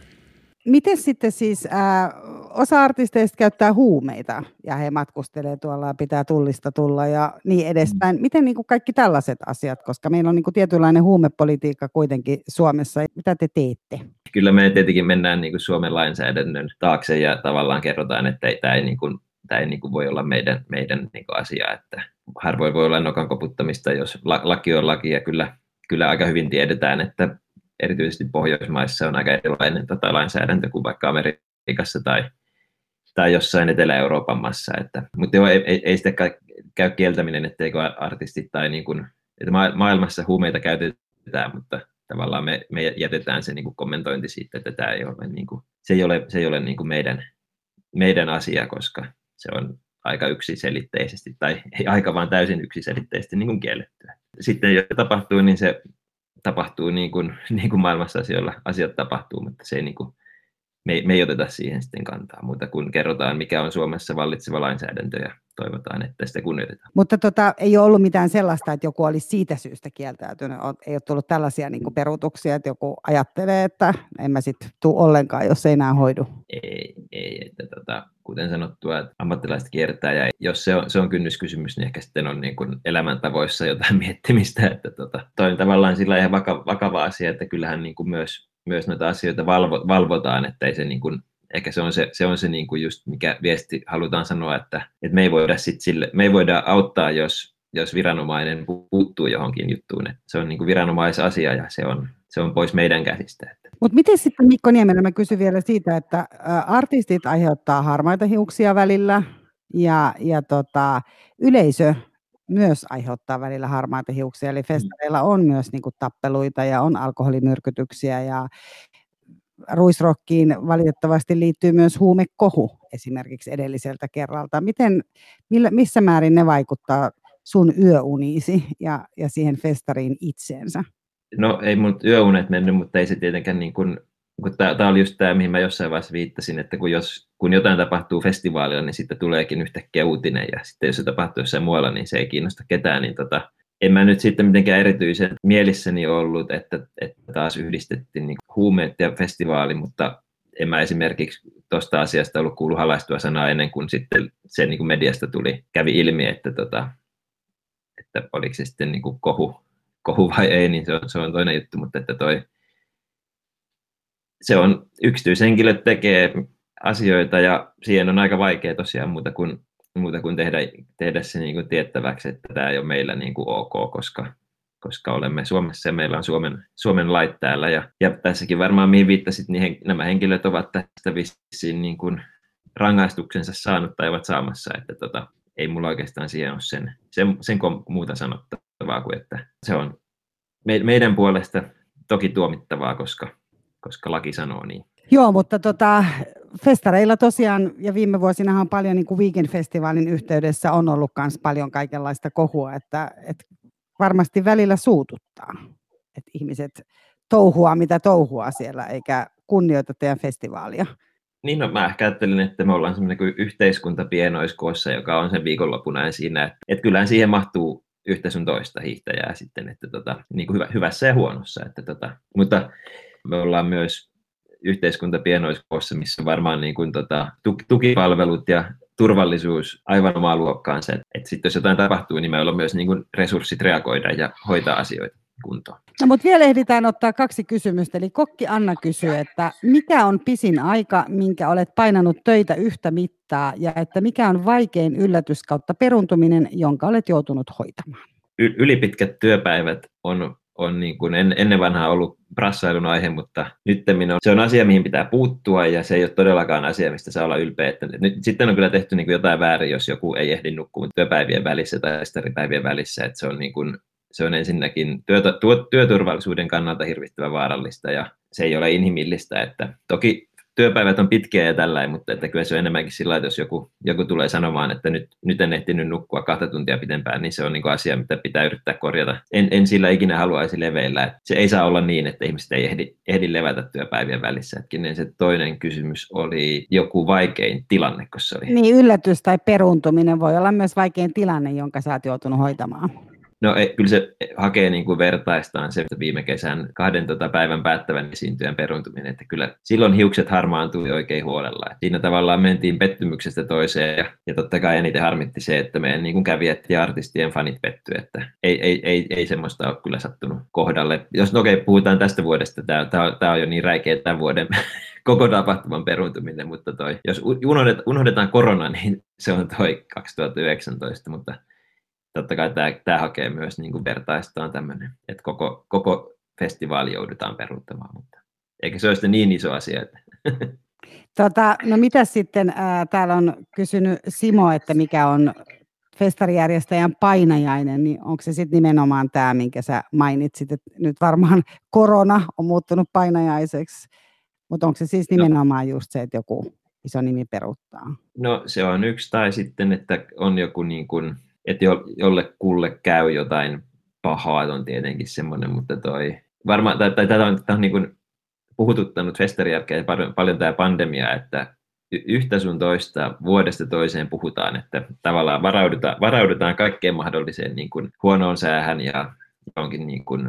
Miten sitten siis, äh, osa artisteista käyttää huumeita ja he matkustelee tuolla, pitää tullista tulla ja niin edespäin. Miten niin kuin kaikki tällaiset asiat, koska meillä on niin kuin tietynlainen huumepolitiikka kuitenkin Suomessa. Mitä te teette? Kyllä me tietenkin mennään niin kuin Suomen lainsäädännön taakse ja tavallaan kerrotaan, että ei, tämä ei, niin kuin, tämä ei niin kuin voi olla meidän, meidän niin kuin asia. Että harvoin voi olla nokan koputtamista, jos laki on laki, ja kyllä, kyllä aika hyvin tiedetään, että erityisesti Pohjoismaissa on aika erilainen tota lainsäädäntö kuin vaikka Amerikassa tai, tai jossain Etelä-Euroopan maassa. Että, mutta joo, ei, ei sitä käy kieltäminen, etteikö artistit tai niin kuin, että maailmassa huumeita käytetään, mutta tavallaan me, me jätetään se niin kuin kommentointi siitä, että tämä ei ole, niin kuin, se ei ole, se ei ole niin kuin meidän, meidän asia, koska se on aika yksiselitteisesti, tai ei aika vaan täysin yksiselitteisesti niin kuin kiellettyä. Sitten jos tapahtuu, niin se tapahtuu niin kuin, niin kuin maailmassa asioilla, asiat tapahtuu, mutta se ei, niin kuin, me, me ei oteta siihen sitten kantaa muuta kuin kerrotaan, mikä on Suomessa vallitseva lainsäädäntö ja toivotaan, että sitä kunnioitetaan. Mutta tota, ei ole ollut mitään sellaista, että joku olisi siitä syystä kieltäytynyt. Ei ole tullut tällaisia niin kuin peruutuksia, että joku ajattelee, että en mä sitten tule ollenkaan, jos ei enää hoidu. Ei, ei että tota, kuten sanottua, että ammattilaiset kiertää ja jos se on, se on kynnyskysymys, niin ehkä sitten on niin kuin elämäntavoissa jotain miettimistä. Että tota, toi on tavallaan sillä ihan vakava, vakava asia, että kyllähän niin kuin myös, myös noita asioita valvo, valvotaan, että ei se niin kuin ehkä se on se, se, on se niin kuin just mikä viesti halutaan sanoa, että, että me, ei voida sit sille, me ei voida auttaa, jos, jos viranomainen puuttuu johonkin juttuun. Että se on niin kuin viranomaisasia ja se on, se on pois meidän käsistä. Mutta miten sitten Mikko Niemelä, mä kysyn vielä siitä, että artistit aiheuttaa harmaita hiuksia välillä ja, ja tota, yleisö myös aiheuttaa välillä harmaita hiuksia. Eli festareilla on myös niin kuin tappeluita ja on alkoholimyrkytyksiä ja ruisrockiin valitettavasti liittyy myös huumekohu esimerkiksi edelliseltä kerralta. Miten, millä, missä määrin ne vaikuttaa sun yöuniisi ja, ja siihen festariin itseensä? No ei mun yöunet mennyt, mutta ei se tietenkään niin kuin, kun tämä oli just tämä, mihin mä jossain vaiheessa viittasin, että kun, jos, kun jotain tapahtuu festivaalilla, niin sitten tuleekin yhtäkkiä uutinen ja sitten jos se tapahtuu jossain muualla, niin se ei kiinnosta ketään, niin tota, en mä nyt sitten mitenkään erityisen mielissäni ollut, että, että taas yhdistettiin niin huumeet ja festivaali, mutta en mä esimerkiksi tuosta asiasta ollut kuullut halaistua sanaa ennen kuin sitten se niin kuin mediasta tuli, kävi ilmi, että, tota, että oliko se sitten niin kuin kohu, kohu vai ei, niin se on, se on toinen juttu, mutta että toi, se on yksityishenkilöt tekee asioita ja siihen on aika vaikea tosiaan muuta kuin muuta kuin tehdä, tehdä se niin kuin tiettäväksi, että tämä ei ole meillä niin kuin ok, koska, koska olemme Suomessa ja meillä on Suomen, Suomen lait täällä. Ja, ja tässäkin varmaan, mihin viittasit, niin hen, nämä henkilöt ovat tästä vissiin niin kuin rangaistuksensa saanut tai ovat saamassa. Että tota, ei mulla oikeastaan siihen ole sen, sen, sen muuta sanottavaa kuin, että se on me, meidän puolesta toki tuomittavaa, koska, koska laki sanoo niin. Joo, mutta tota, festareilla tosiaan, ja viime vuosinahan paljon niin kuin Weekend-festivaalin yhteydessä on ollut myös paljon kaikenlaista kohua, että, että varmasti välillä suututtaa, että ihmiset touhua mitä touhua siellä, eikä kunnioita teidän festivaalia. Niin, no mä ehkä ajattelin, että me ollaan semmoinen kuin yhteiskunta pienoiskoossa, joka on sen viikonloppuna ja siinä, että, että kyllähän siihen mahtuu yhtä sun toista hiihtäjää sitten, että tota, niin kuin hyvä, hyvässä ja huonossa, että tota, mutta me ollaan myös yhteiskunta pienoiskoossa, missä varmaan niin kuin, tota, tukipalvelut ja turvallisuus aivan omaa luokkaansa. Että sitten jos jotain tapahtuu, niin meillä on myös niin kuin resurssit reagoida ja hoitaa asioita kuntoon. No, mutta vielä ehditään ottaa kaksi kysymystä. Eli kokki Anna kysyy, että mikä on pisin aika, minkä olet painanut töitä yhtä mittaa, ja että mikä on vaikein yllätys kautta peruuntuminen, jonka olet joutunut hoitamaan? Y- ylipitkät työpäivät on on niin kuin en, ennen vanhaa ollut brassailun aihe, mutta nyt se on asia, mihin pitää puuttua ja se ei ole todellakaan asia, mistä saa olla ylpeä. Että nyt, sitten on kyllä tehty niin kuin jotain väärin, jos joku ei ehdi nukkua työpäivien välissä tai festaripäivien välissä. Että se, on niin kuin, se on ensinnäkin työt, työturvallisuuden kannalta hirvittävän vaarallista ja se ei ole inhimillistä. Että toki työpäivät on pitkiä ja tällä, mutta että kyllä se on enemmänkin sillä, että jos joku, joku tulee sanomaan, että nyt, nyt en ehtinyt nukkua kahta tuntia pitempään, niin se on niin kuin asia, mitä pitää yrittää korjata. En, en sillä ikinä haluaisi leveillä. Että se ei saa olla niin, että ihmiset ei ehdi, ehdi levätä työpäivien välissä. Että se toinen kysymys oli joku vaikein tilanne, kun se oli. Niin, yllätys tai peruuntuminen voi olla myös vaikein tilanne, jonka sä oot joutunut hoitamaan. No ei, kyllä se hakee niin kuin vertaistaan se viime kesän kahden tota, päivän päättävän esiintyjän peruuntuminen, että kyllä silloin hiukset harmaantui oikein huolella. Et siinä tavallaan mentiin pettymyksestä toiseen ja, ja totta kai eniten harmitti se, että meidän niin kuin kävijät ja artistien fanit pettyi, että ei, ei, ei, ei semmoista ole kyllä sattunut kohdalle. Jos no okei, puhutaan tästä vuodesta, tämä, tämä, tämä on jo niin räikeä tämän vuoden koko tapahtuman peruuntuminen, mutta toi, jos unohdetaan, unohdetaan korona, niin se on toi kaksituhattayhdeksäntoista, mutta totta kai tämä, tämä hakee myös niin kuin vertaistaan tämmöinen, että koko, koko festivaali joudutaan peruuttamaan, mutta eikä se ole sitten niin iso asia. Että. Tota, no mitä sitten, ää, täällä on kysynyt Simo, että mikä on festarijärjestäjän painajainen, niin onko se sitten nimenomaan tämä, minkä sä mainitsit, että nyt varmaan korona on muuttunut painajaiseksi, mutta onko se siis nimenomaan no. just se, että joku iso nimi peruuttaa? No se on yksi, tai sitten, että on joku niin kuin että jollekulle käy jotain pahaa, on tietenkin semmoinen, mutta toi varmaan, tai, tai tätä on, tätä on niin kuin puhututtanut festarijärkeä paljon, paljon tämä pandemia, että yhtä sun toista vuodesta toiseen puhutaan, että tavallaan varaudutaan, varaudutaan kaikkeen mahdolliseen niin kuin huonoon säähän ja jonkin niin kuin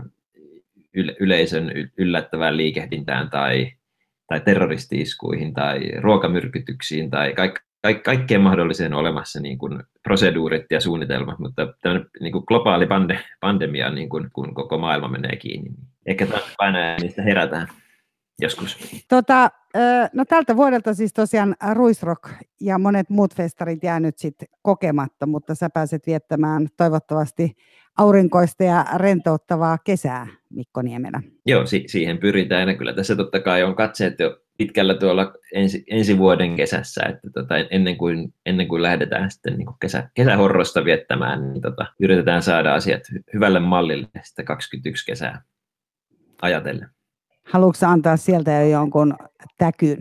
yleisön yllättävään liikehdintään tai, tai terroristi-iskuihin tai ruokamyrkytyksiin tai kaikki. Kaik- kaikkeen mahdolliseen olemassa niin kuin proseduurit ja suunnitelmat, mutta tämmöinen niin kuin globaali pande- pandemia, niin kuin, kun koko maailma menee kiinni. Ehkä tämä painaa ja niistä herätään joskus. Tota, no tältä vuodelta siis tosiaan Ruisrock ja monet muut festarit jää nyt sitten kokematta, mutta sä pääset viettämään toivottavasti aurinkoista ja rentouttavaa kesää, Mikko Niemelä. Joo, si- siihen pyritään ja kyllä tässä totta kai on katseet jo pitkällä tuolla ensi, ensi vuoden kesässä, että tota, ennen, kuin, ennen kuin lähdetään sitten niin kuin kesä, kesähorrosta viettämään, niin tota, yritetään saada asiat hyvälle mallille sitä kaksikymmentäyksi kesää ajatellen. Haluatko antaa sieltä jo jonkun täkyn?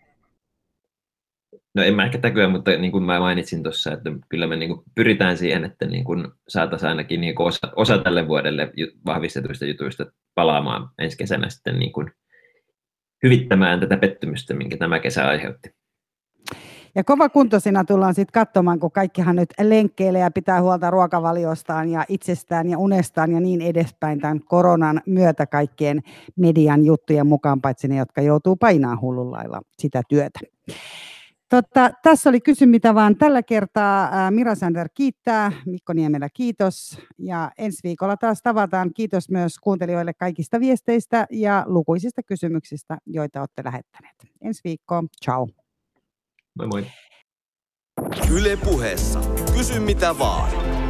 No en mä ehkä täkyä, mutta niin kuin mä mainitsin tuossa, että kyllä me niin kuin pyritään siihen, että niin kuin saataisiin ainakin niin kuin osa, osa tälle vuodelle vahvistetuista jutuista palaamaan ensi kesänä sitten niin kuin hyvittämään tätä pettymystä, minkä tämä kesä aiheutti. Ja kovakuntoisina tullaan sitten katsomaan, kun kaikkihan nyt lenkkeilee ja pitää huolta ruokavaliostaan ja itsestään ja unestaan ja niin edespäin tämän koronan myötä kaikkien median juttujen mukaan, paitsi ne, jotka joutuu painaa hullun lailla sitä työtä. Totta, tässä oli Kysy mitä vaan tällä kertaa. Mira Sander kiittää, Mikko Niemelä kiitos ja ensi viikolla taas tavataan. Kiitos myös kuuntelijoille kaikista viesteistä ja lukuisista kysymyksistä, joita olette lähettäneet. Ensi viikkoon, ciao. Moi moi. Yle Puheessa. Kysy mitä vaan.